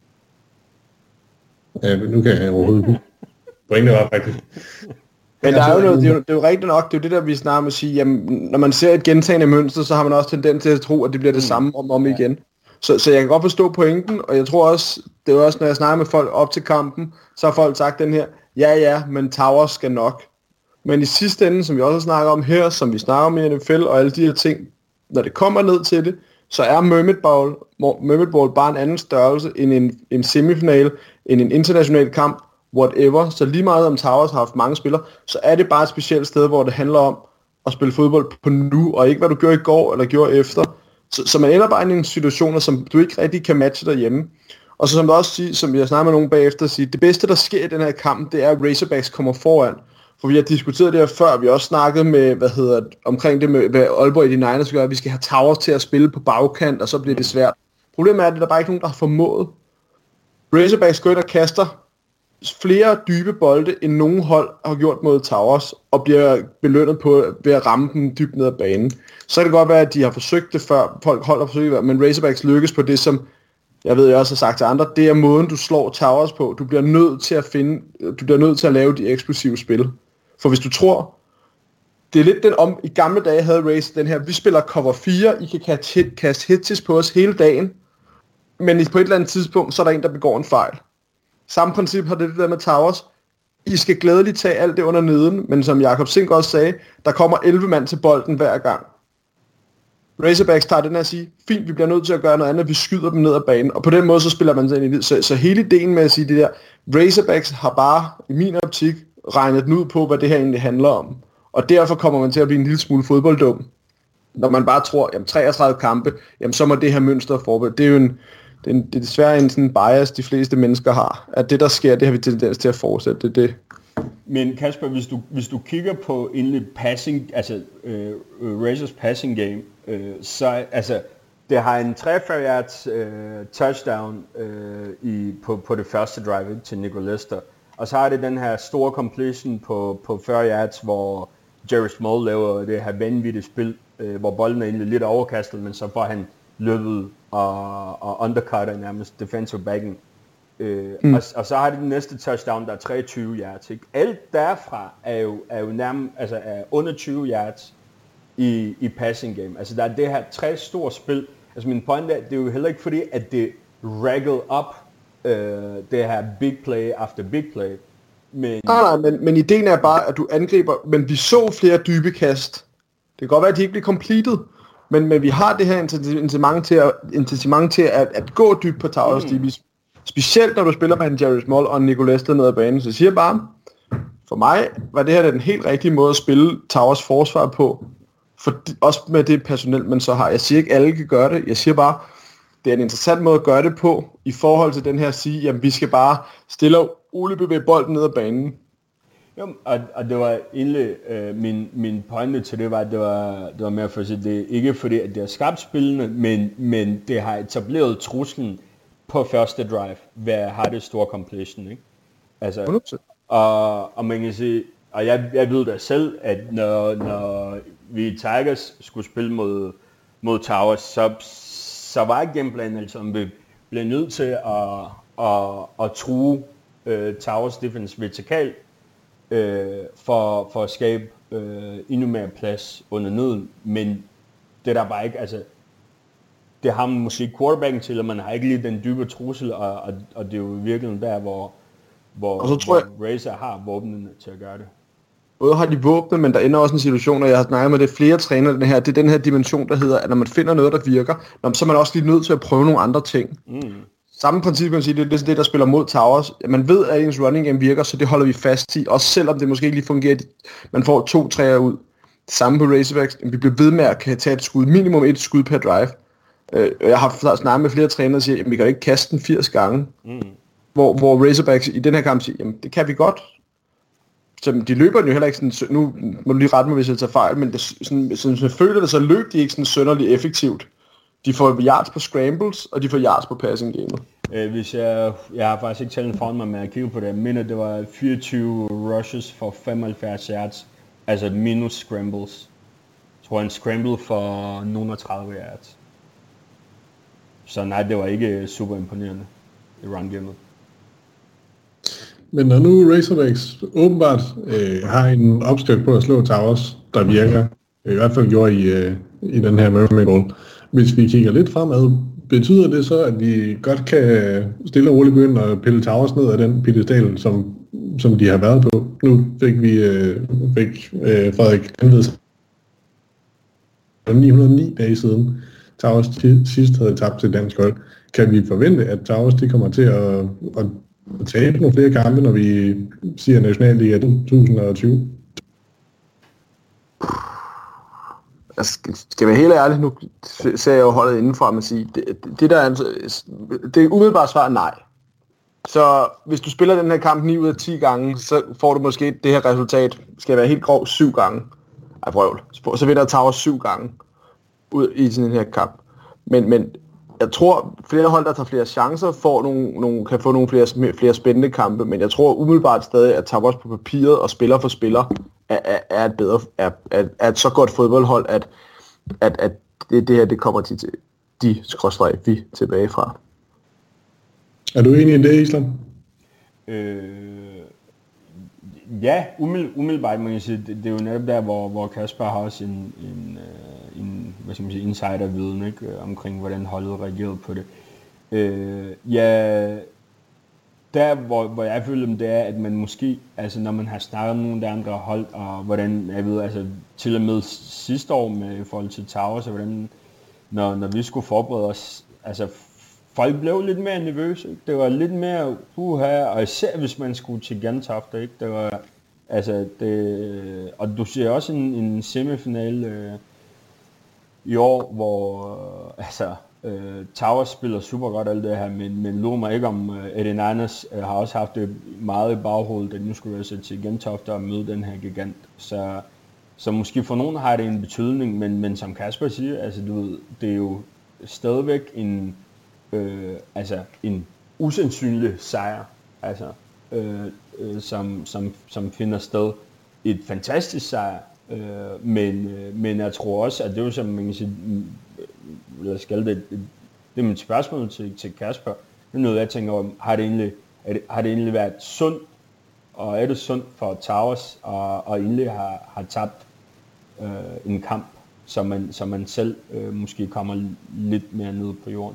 S1: ja, nu kan jeg overhovedet ikke. Pointe var faktisk.
S2: Men der er jo noget, det er jo, det er jo rigtigt nok, det er jo det der, vi snakker med at sige, jamen, når man ser et gentagende mønster, så har man også tendens til at tro, at det bliver det samme om og om igen. Så, så jeg kan godt forstå pointen, og jeg tror også, det er også, når jeg snakker med folk op til kampen, så har folk sagt den her, ja ja, men Towers skal nok. Men i sidste ende, som vi også snakker om her, som vi snakker om i N F L og alle de her ting, når det kommer ned til det, så er Mermaid Ball, Mermaid Ball bare en anden størrelse end en, en semifinal, end en international kamp, whatever. Så lige meget om Towers har haft mange spillere, så er det bare et specielt sted, hvor det handler om at spille fodbold på nu, og ikke hvad du gjorde i går eller gjorde efter. Så, så man ender bare i nogle situationer, som du ikke rigtig kan matche derhjemme. Og så som du også siger, som jeg snakker med nogen bagefter, siger, det bedste der sker i den her kamp, det er at Razorbacks kommer foran. For vi har diskuteret det her før, vi har også snakket med, hvad hedder, omkring det med, hvad Aalborg i de Niners gør, at vi skal have Towers til at spille på bagkant, og så bliver det svært. Problemet er, at der er bare ikke nogen, der har formået. Razorbacks går ind og kaster flere dybe bolde, end nogen hold har gjort mod Towers, og bliver belønnet på ved at ramme dem dybt ned ad banen. Så kan det godt være, at de har forsøgt det før, folk hold har forsøgt det, men Razorbacks lykkes på det, som jeg ved, jeg også har sagt til andre, det er måden, du slår Towers på. Du bliver nødt til at finde, du bliver nødt til at lave de eksplosive spil. For hvis du tror, det er lidt den om, i gamle dage havde Race den her, vi spiller cover fire, I kan kaste, hit, kaste hits på os hele dagen, men på et eller andet tidspunkt, så er der en, der begår en fejl. Samme princip har det det der med Towers. I skal glædeligt tage alt det under neden, men som Jakob Sink også sagde, der kommer elleve mand til bolden hver gang. Razorbacks tager den her og siger, fint, vi bliver nødt til at gøre noget andet, vi skyder dem ned ad banen, og på den måde så spiller man sig ind i det. Så, så hele ideen med at sige det der, Razorbacks har bare, i min optik, regnet den ud på, hvad det her egentlig handler om. Og derfor kommer man til at blive en lille smule fodbolddum. Når man bare tror, jamen treogtredive kampe, jamen så må det her mønster forberedt. Det er jo en, det er, en, det er desværre en sådan bias, de fleste mennesker har. At det der sker, det har vi tendens til at fortsætte. Det, det.
S3: Men Kasper, hvis du, hvis du kigger på egentlig passing, altså øh, Razors passing game, øh, så altså, det har en treogfyrre yards øh, touchdown øh, i, på, på det første drive til Nico Lester. Og så har det den her store completion på, på fyrre yards, hvor Jerry Small laver det her vanvittige spil, øh, hvor bolden er egentlig lidt overkastet, men så får han løbet og, og undercutter nærmest defensive backen. Øh, mm. og, og så har det den næste touchdown, der er treogtyve yards. Ikke? Alt derfra er jo, er jo nærmest, altså er under tyve yards i, i passing game. Altså der er det her tre store spil. Altså min point er, det er jo heller ikke fordi, at det raggled op, øh, det her big play after big play. Men...
S2: Nej, nej, men, men ideen er bare, at du angriber, men vi så flere dybe kast. Det kan godt være, at de ikke bliver completed, men, men vi har det her incitament til at, incitament til at, at gå dybt på Towers mm. Specielt når du spiller med en Jerry Small og en Nico Lester ned ad banen. Så jeg siger bare, for mig var det her den helt rigtige måde at spille Towers forsvar på. For, også med det personel, man så har. Jeg siger ikke, alle kan gøre det. Jeg siger bare, det er en interessant måde at gøre det på, i forhold til den her at sige, jamen vi skal bare stille og roligt bevæge bolden ned ad banen.
S3: Jo, og, og det var egentlig, øh, min, min pointe til det var, at det var, det var mere for at sige, det er ikke fordi, at det er skabt spillende, men, men det har etableret truslen på første drive, ved at have det store completion, ikke? Altså, og, og man kan sige, og jeg, jeg ved da selv, at når, når vi i Tigers skulle spille mod, mod Towers, så, så var gameplanen altså, om vi blev nødt til at, at, at true uh, Towers defense vertikalt, uh, for, for at skabe uh, endnu mere plads under neden, men det der bare ikke, altså, det har man måske quarterbacken til, og man har ikke lige den dybe trussel, og, og, og det er jo virkelig der, hvor, hvor,
S2: og så tror
S3: hvor jeg, Razor har våbnene til at gøre det.
S2: Både har de våbne, men der ender også en situation, og jeg har snakket med det flere trænere, den her, det er den her dimension, der hedder, at når man finder noget, der virker, så er man også lige nødt til at prøve nogle andre ting. Mm. Samme princip kan man sige, det er det, der spiller mod Towers. Man ved, at ens running game virker, så det holder vi fast i, også selvom det måske ikke lige fungerer, man får to træer ud. Det samme på Razorbacks, vi bliver ved med at kan tage et skud, minimum et skud per drive. Jeg har snakket med flere trænere, der siger, at vi kan ikke kaste den firs gange. Mm. Hvor, hvor Razorbacks i den her kamp siger, jamen det kan vi godt. Så de løber den jo heller ikke sådan, nu må du lige rette mig, hvis jeg tager fejl, men det, sådan, sådan, så føler det, så løb de ikke sådan sønderligt effektivt. De får yards på scrambles, og de får yards på passing gamet.
S3: Øh, hvis jeg, jeg har faktisk ikke talt foran mig, men jeg kigger på det, jeg mener, det var fireogtyve rushes for femoghalvfjerds yards, altså minus scrambles. Jeg tror en scramble for nogle tredive yards. Så nej, det var ikke super imponerende i run-gamet.
S1: Men når nu Razorbacks åbenbart øh, har en opskrift på at slå Towers, der virker, i hvert fald gjorde i, øh, i den her Mermaid Ball. Hvis vi kigger lidt fremad, betyder det så, at vi godt kan stille og roligt begynde at pille Towers ned af den piedestal, som, som de har været på? Nu fik vi øh, fik, øh, Frederik Henveds ni hundrede og ni dage siden Towers sidst havde tabt til dansk hold. Kan vi forvente, at Towers de kommer til at, at, at tabe nogle flere kampe, når vi siger Nationalliga to tusind og tyve?
S2: Jeg skal, skal være helt ærlig, nu ser jeg jo holdet indenfra, men sige, det, det der er, det er umiddelbart svar nej. Så hvis du spiller den her kamp ni ud af ti gange, så får du måske det her resultat, skal være helt grov, syv gange. Ej, prøv. Så vinder Towers syv gange ud i sådan en her kamp. Men, men jeg tror, flere hold, der tager flere chancer, får nogle, nogle, kan få nogle flere, flere spændende kampe, men jeg tror umiddelbart stadig, at Towers på papiret og spiller for spiller er, er, er, et, bedre, er, er, er et så godt fodboldhold, at, at, at det, det her det kommer til de skråstreg vi tilbage fra.
S1: Er du enig i det, Island?
S3: Øh, ja, umiddel, umiddelbart må jeg sige, det, det er jo netop der, hvor, hvor Kasper har også en, en, en hvad skal man sige, insiderviden, ikke, omkring hvordan holdet reagerede på det. Øh, ja, der hvor, hvor jeg føler dem, det er, at man måske, altså når man har snakket med nogle af de andre hold, og hvordan, jeg ved, altså til og med sidste år med i forhold til Towers, og hvordan, når, når vi skulle forberede os, altså folk blev lidt mere nervøse, ikke? Det var lidt mere uha, og især hvis man skulle til Gentofte, ikke? Det var, altså, det, og du ser også en, en semifinal øh, i år, hvor øh, altså, øh, Towers spiller super godt alt det her, men, men lurer mig ikke om øh, Eddie Niners øh, har også haft det meget i baghovedet, at nu skulle jeg sætte til Gentofte og møde den her gigant, så, så måske for nogen har det en betydning, men, men som Kasper siger, altså du ved, det er jo stadigvæk en Øh, altså en usandsynlig sejr, altså, øh, øh, som, som, som finder sted. Et fantastisk sejr, øh, men, øh, men jeg tror også, at det er jo som man kan sige, lad os kalde det, det er mit spørgsmål til, til Kasper. Det er noget, jeg tænker om, har det egentlig, det, har det egentlig været sundt, og er det sundt for Towers, og, og egentlig har, har tabt øh, en kamp, så man, så man selv øh, måske kommer lidt mere ned på jorden?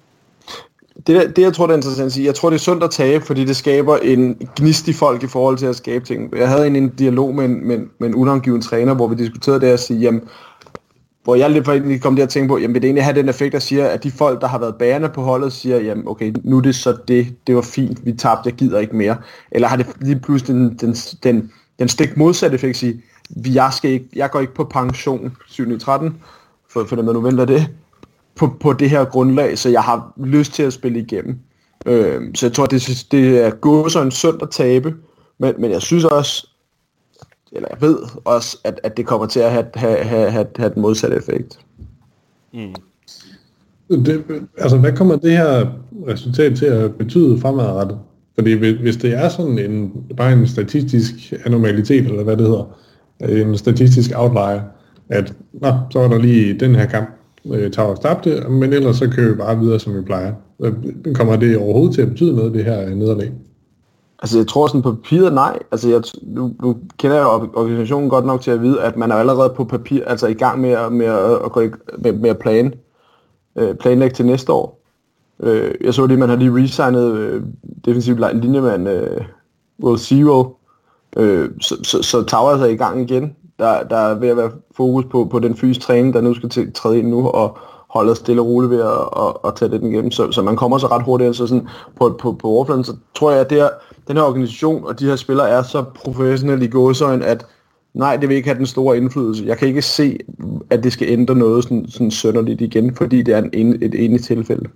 S2: Det, det jeg tror, det er interessant at sige, jeg tror, det er sundt at tabe, fordi det skaber en gnist i folk i forhold til at skabe ting. Jeg havde en, en dialog med en, med, med en unangiven træner, hvor vi diskuterede det at sige, jamen, hvor jeg lidt for kom til at tænke på, jamen vil det egentlig have den effekt, der siger, at de folk, der har været bærende på holdet, siger, jamen okay, nu er det så det, det var fint, vi tabte, jeg gider ikke mere. Eller har det lige pludselig den, den, den, den stik modsatte effekt, at sige, jeg, skal ikke, jeg går ikke på pension syv tretten, for, for dem, der nu venter det, På, på det her grundlag, så jeg har lyst til at spille igennem. Øh, så jeg tror, det, det er gået så en synd at tabe, men, men jeg synes også, eller jeg ved også, at, at det kommer til at have, have, have, have, have den modsatte effekt.
S1: Mm. Det, altså, hvad kommer det her resultat til at betyde fremadrettet? Fordi hvis det er sådan en, bare en statistisk anomalitet, eller hvad det hedder, en statistisk outlier, at nå, så var der lige den her kamp, Towers tabte, men ellers så kører vi bare videre, som vi plejer. Kommer det overhovedet til at betyde noget, det her nederlag?
S2: Altså, jeg tror sådan på papiret, nej. Altså, jeg, nu, nu kender jeg organisationen godt nok til at vide, at man er allerede på papir, altså i gang med, at, med, at, at gå i, med, med at plan, øh, planlægge til næste år. Øh, jeg så det, man har lige resignet øh, defensiv linjemand øh, Will Zero. Øh, så, så, så Towers er i gang igen. Der, der er ved at være fokus på, på den fysiske træning, der nu skal til, træde ind nu, og holde stille og roligt ved at og, og tage den igennem. Så, så man kommer så ret hurtigt, så sådan på, på, på overfladen, så tror jeg, at det her, den her organisation og de her spillere er så professionelle i gåseøjne, at nej, det vil ikke have den store indflydelse. Jeg kan ikke se, at det skal ændre noget sådan, sådan sønderligt igen, fordi det er en, en, et enigt tilfælde.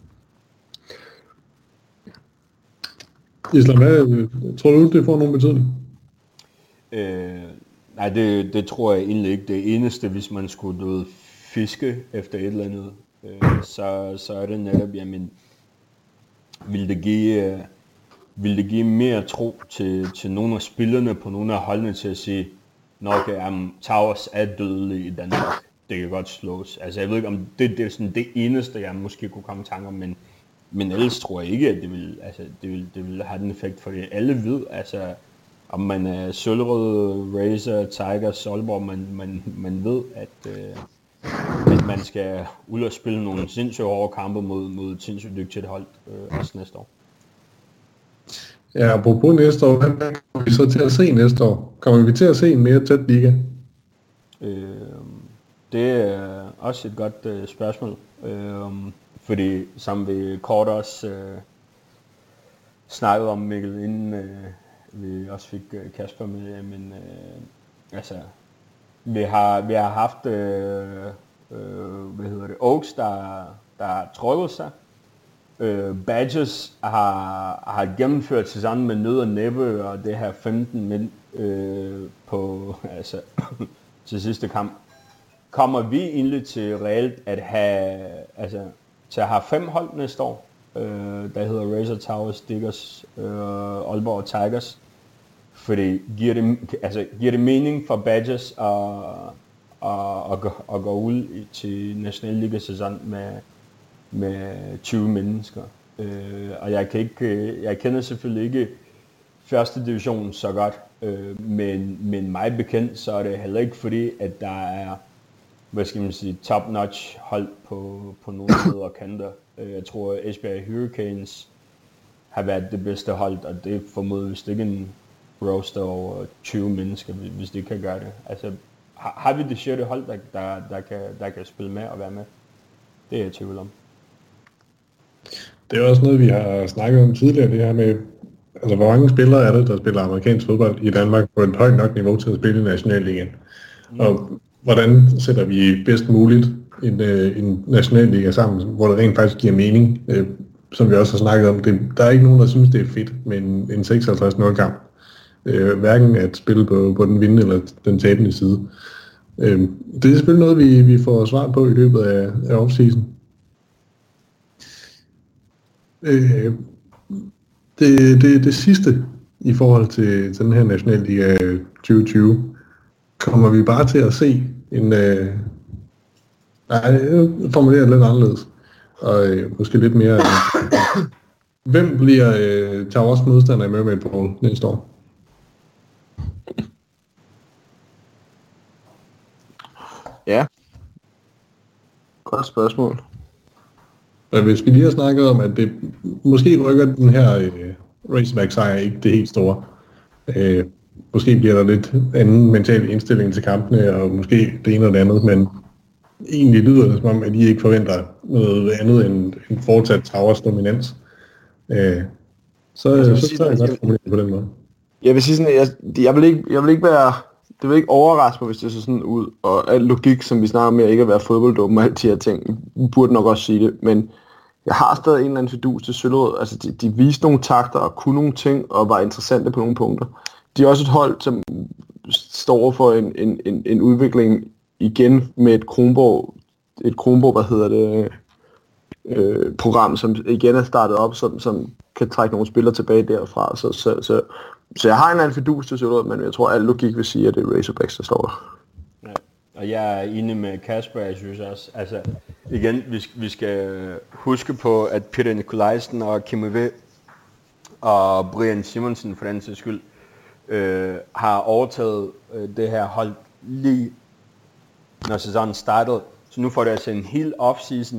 S1: Islam, hvad tror du, det får nogen betydning?
S3: Øh, nej, det, det tror jeg egentlig ikke. Det eneste, hvis man skulle du ved, fiske efter et eller andet, øh, så, så er det netop, jamen, vil det give, øh, vil det give mere tro til, til nogle af spillerne på nogle af holdene til at sige, nok um, Towers er dødelig i Danmark. Det kan godt slås. Altså jeg ved ikke, om det, det er sådan det eneste, jeg måske kunne komme i tanke om, men, men ellers tror jeg ikke, at det vil, altså, det vil, det vil have den effekt, fordi alle ved, altså om man er Søllerød, Razer, Tiger, Solborg, man, man, man ved, at, øh, at man skal ud og spille nogle sindssygt hårde kampe mod, mod et sindssygt dygtigt hold øh, også næste år.
S1: Ja, apropos næste år, hvad kommer vi så til at se næste år? Kommer vi til at se en mere tæt liga?
S3: Øh, det er også et godt øh, spørgsmål, øh, fordi som vi kort også øh, snakkede om, Mikkel, inden øh, vi også fik øh, Kasper med, men øh, altså, vi har, vi har haft, øh, øh, hvad hedder det, Oaks, der, der har trukket sig. Øh, Badgers har, har gennemført sæsonen med nød og næppe, og det her femten mænd øh, på, altså, til sidste kamp. Kommer vi egentlig til reelt at have, altså, til at have fem hold næste år, øh, der hedder Razor Towers, Diggers, øh, Aalborg og Tigers? Fordi giver det, altså, giver det mening for Badgers at, at, at, gå, at gå ud til National League sæson med, med tyve mennesker? Øh, og jeg kan ikke, jeg kender selvfølgelig ikke første division så godt, øh, men, men mig bekendt, så er det heller ikke fordi, at der er, hvad skal man sige, top-notch hold på, på nogle steder og kanter. Jeg tror, Esbjerg Hurricanes har været det bedste hold, og det er formodentlig ikke en roster over tyve mennesker, hvis de kan gøre det. Altså, har, har vi det sjette hold, der, der, der, kan, der kan spille med og være med? Det er jeg tvivl om.
S1: Det er også noget, vi har snakket om tidligere, det her med, altså hvor mange spillere er det, der spiller amerikansk fodbold i Danmark på et højt nok niveau til at spille i Nationalligaen? Mm. Og hvordan sætter vi bedst muligt en, en Nationalliga sammen, hvor det rent faktisk giver mening, øh, som vi også har snakket om. Det, der er ikke nogen, der synes, det er fedt med en, en seksoghalvtreds nul kamp. Øh, hverken at spille på, på den vindende eller den tabende side. Øh, det er selvfølgelig noget, vi, vi får svar på i løbet af, af off-season. Øh, det, det, det sidste i forhold til, til den her Nationalliga tyve tyve, kommer vi bare til at se en... Øh, nej, jeg formulerer lidt anderledes. Og øh, måske lidt mere... Øh, hvem bliver øh, Towers modstander i Mermaid Bowl næste år?
S2: Ja. Godt spørgsmål.
S1: Og hvis vi lige har snakket om, at det måske rykker den her øh, Razorback-sejr ikke det helt store. Øh, måske bliver der lidt anden mental indstilling til kampene, og måske det ene og det andet, men egentlig lyder det som om, at I ikke forventer noget andet end en fortsat Towers dominans. Øh, så
S2: jeg
S1: så tager jeg godt formuleret på den måde.
S2: Jeg vil sige sådan, jeg, jeg, vil ikke, jeg vil ikke være, det vil ikke overraske mig, hvis det så sådan ud, og al logik, som vi snakker om, at ikke at være fodbolddum og alt de her ting, burde nok også sige det, men jeg har stadig en eller anden fidus til Søllerød. Altså, de, de viste nogle takter og kunne nogle ting, og var interessante på nogle punkter. De er også et hold, som står for en, en, en, en udvikling igen med et Kronborg, et Kronborg, hvad hedder det, øh, program, som igen er startet op, som, som kan trække nogle spillere tilbage derfra. Så, så, så, så jeg har en eller anden fidus til Søllerød, men jeg tror, at al logik vil sige, at det er Razorbacks, der står der.
S3: Ja. Og jeg er enig med Kasper, jeg synes også, altså igen, vi, vi skal huske på, at Peter Nikolajsen og Kim V og Brian Simonsen for den sags skyld, øh, har overtaget øh, det her hold lige når sæsonen startede. Så nu får det altså en hel off-season.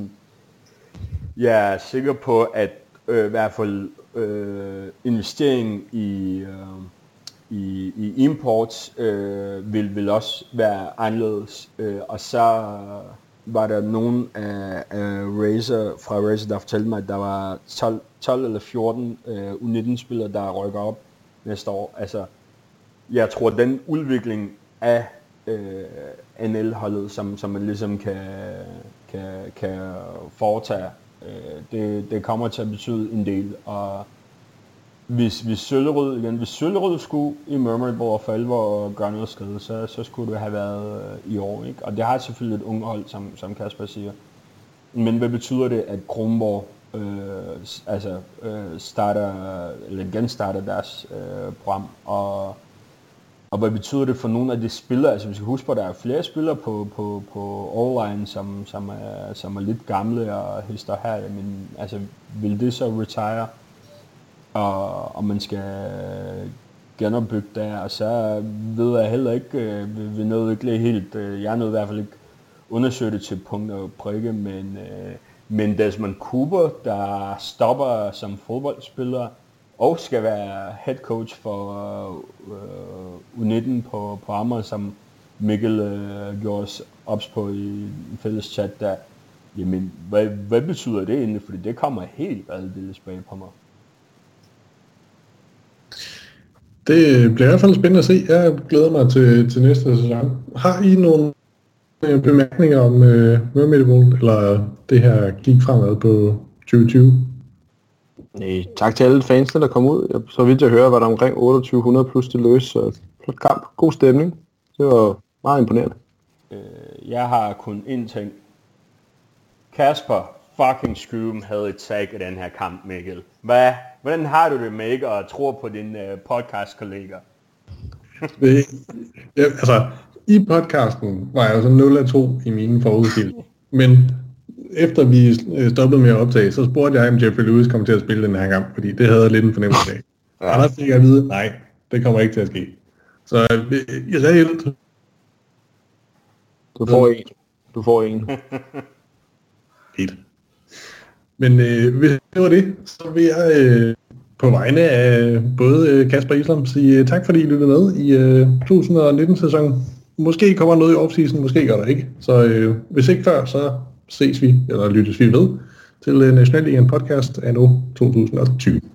S3: Jeg er sikker på, at øh, i hvert fald øh, investering i... Øh, I, i imports øh, vil, vil også være anderledes, øh, og så var der nogen af, af Razor, fra Razor, der fortalte mig, at der var tolv, tolv eller fjorten øh, U nitten spillere, der rykker op næste år. Altså, jeg tror, den udvikling af øh, N L-holdet, som, som man ligesom kan, kan, kan foretage, øh, det, det kommer til at betyde en del, og Hvis, hvis Søllerød igen, hvis Søllerød skulle i Mermaid Bowl for alvor gøre noget skade, så, så skulle det have været øh, i år, ikke? Og det har selvfølgelig et unge hold, som, som Kasper siger. Men hvad betyder det, at Kronborg øh, altså, øh, starter, eller genstarter deres øh, program? Og, og hvad betyder det for nogle af de spillere? Altså vi skal huske på, at der er flere spillere på, på, på O-line, som, som, er, som er lidt gamle og hister her. Men altså, vil det så retire? Og, og man skal genopbygge der, og så ved jeg heller ikke, øh, vi nåede ikke helt, øh, jeg nåede i hvert fald ikke undersøge det til punkt og prikke, men, øh, men Desmond Cooper, der stopper som fodboldspiller og skal være head coach for øh, U nitten på, på Amager, som Mikkel øh, gjorde os ops på i en fælles chat der. Jamen, hvad, hvad betyder det egentlig? Fordi det kommer helt aldeles bag på mig.
S1: Det bliver i hvert fald spændende at se. Jeg glæder mig til, til næste sæson. Har I nogle øh, bemærkninger om øh, Mermaid eller det her gik fremad på tyve tyve?
S2: Nej, tak til alle fansene, der kom ud. Så vidt jeg hører, var der omkring otteogtyve hundrede plus det løs. Så flot kamp. God stemning. Det var meget imponerende.
S3: Øh, jeg har kun én ting. Kasper fucking Skrum havde et tag i den her kamp, Mikkel. Hvad? Hvordan har du det med ikke at tro på dine uh, podcast-kolleger?
S1: Det, ja, altså, i podcasten var jeg så nul af to i mine forudsigelser. Men efter vi stoppede med at optage, så spurgte jeg, om Jeffrey Lewis kom til at spille den her kamp, fordi det havde jeg lidt en fornemmelse af. Og der fik jeg at vide, nej, det kommer ikke til at ske. Så jeg sagde helt.
S2: Du får en. Du får en.
S1: Fedt. Men øh, hvis det var det, så vil jeg øh, på vegne af både Kasper og Islam sige tak, fordi I lyttede med i øh, to tusind nitten-sæsonen. Måske kommer noget i offseason, måske gør der ikke. Så øh, hvis ikke før, så ses vi, eller lyttes vi ved, til øh, Nationalligaen podcast anno to tusind tyve.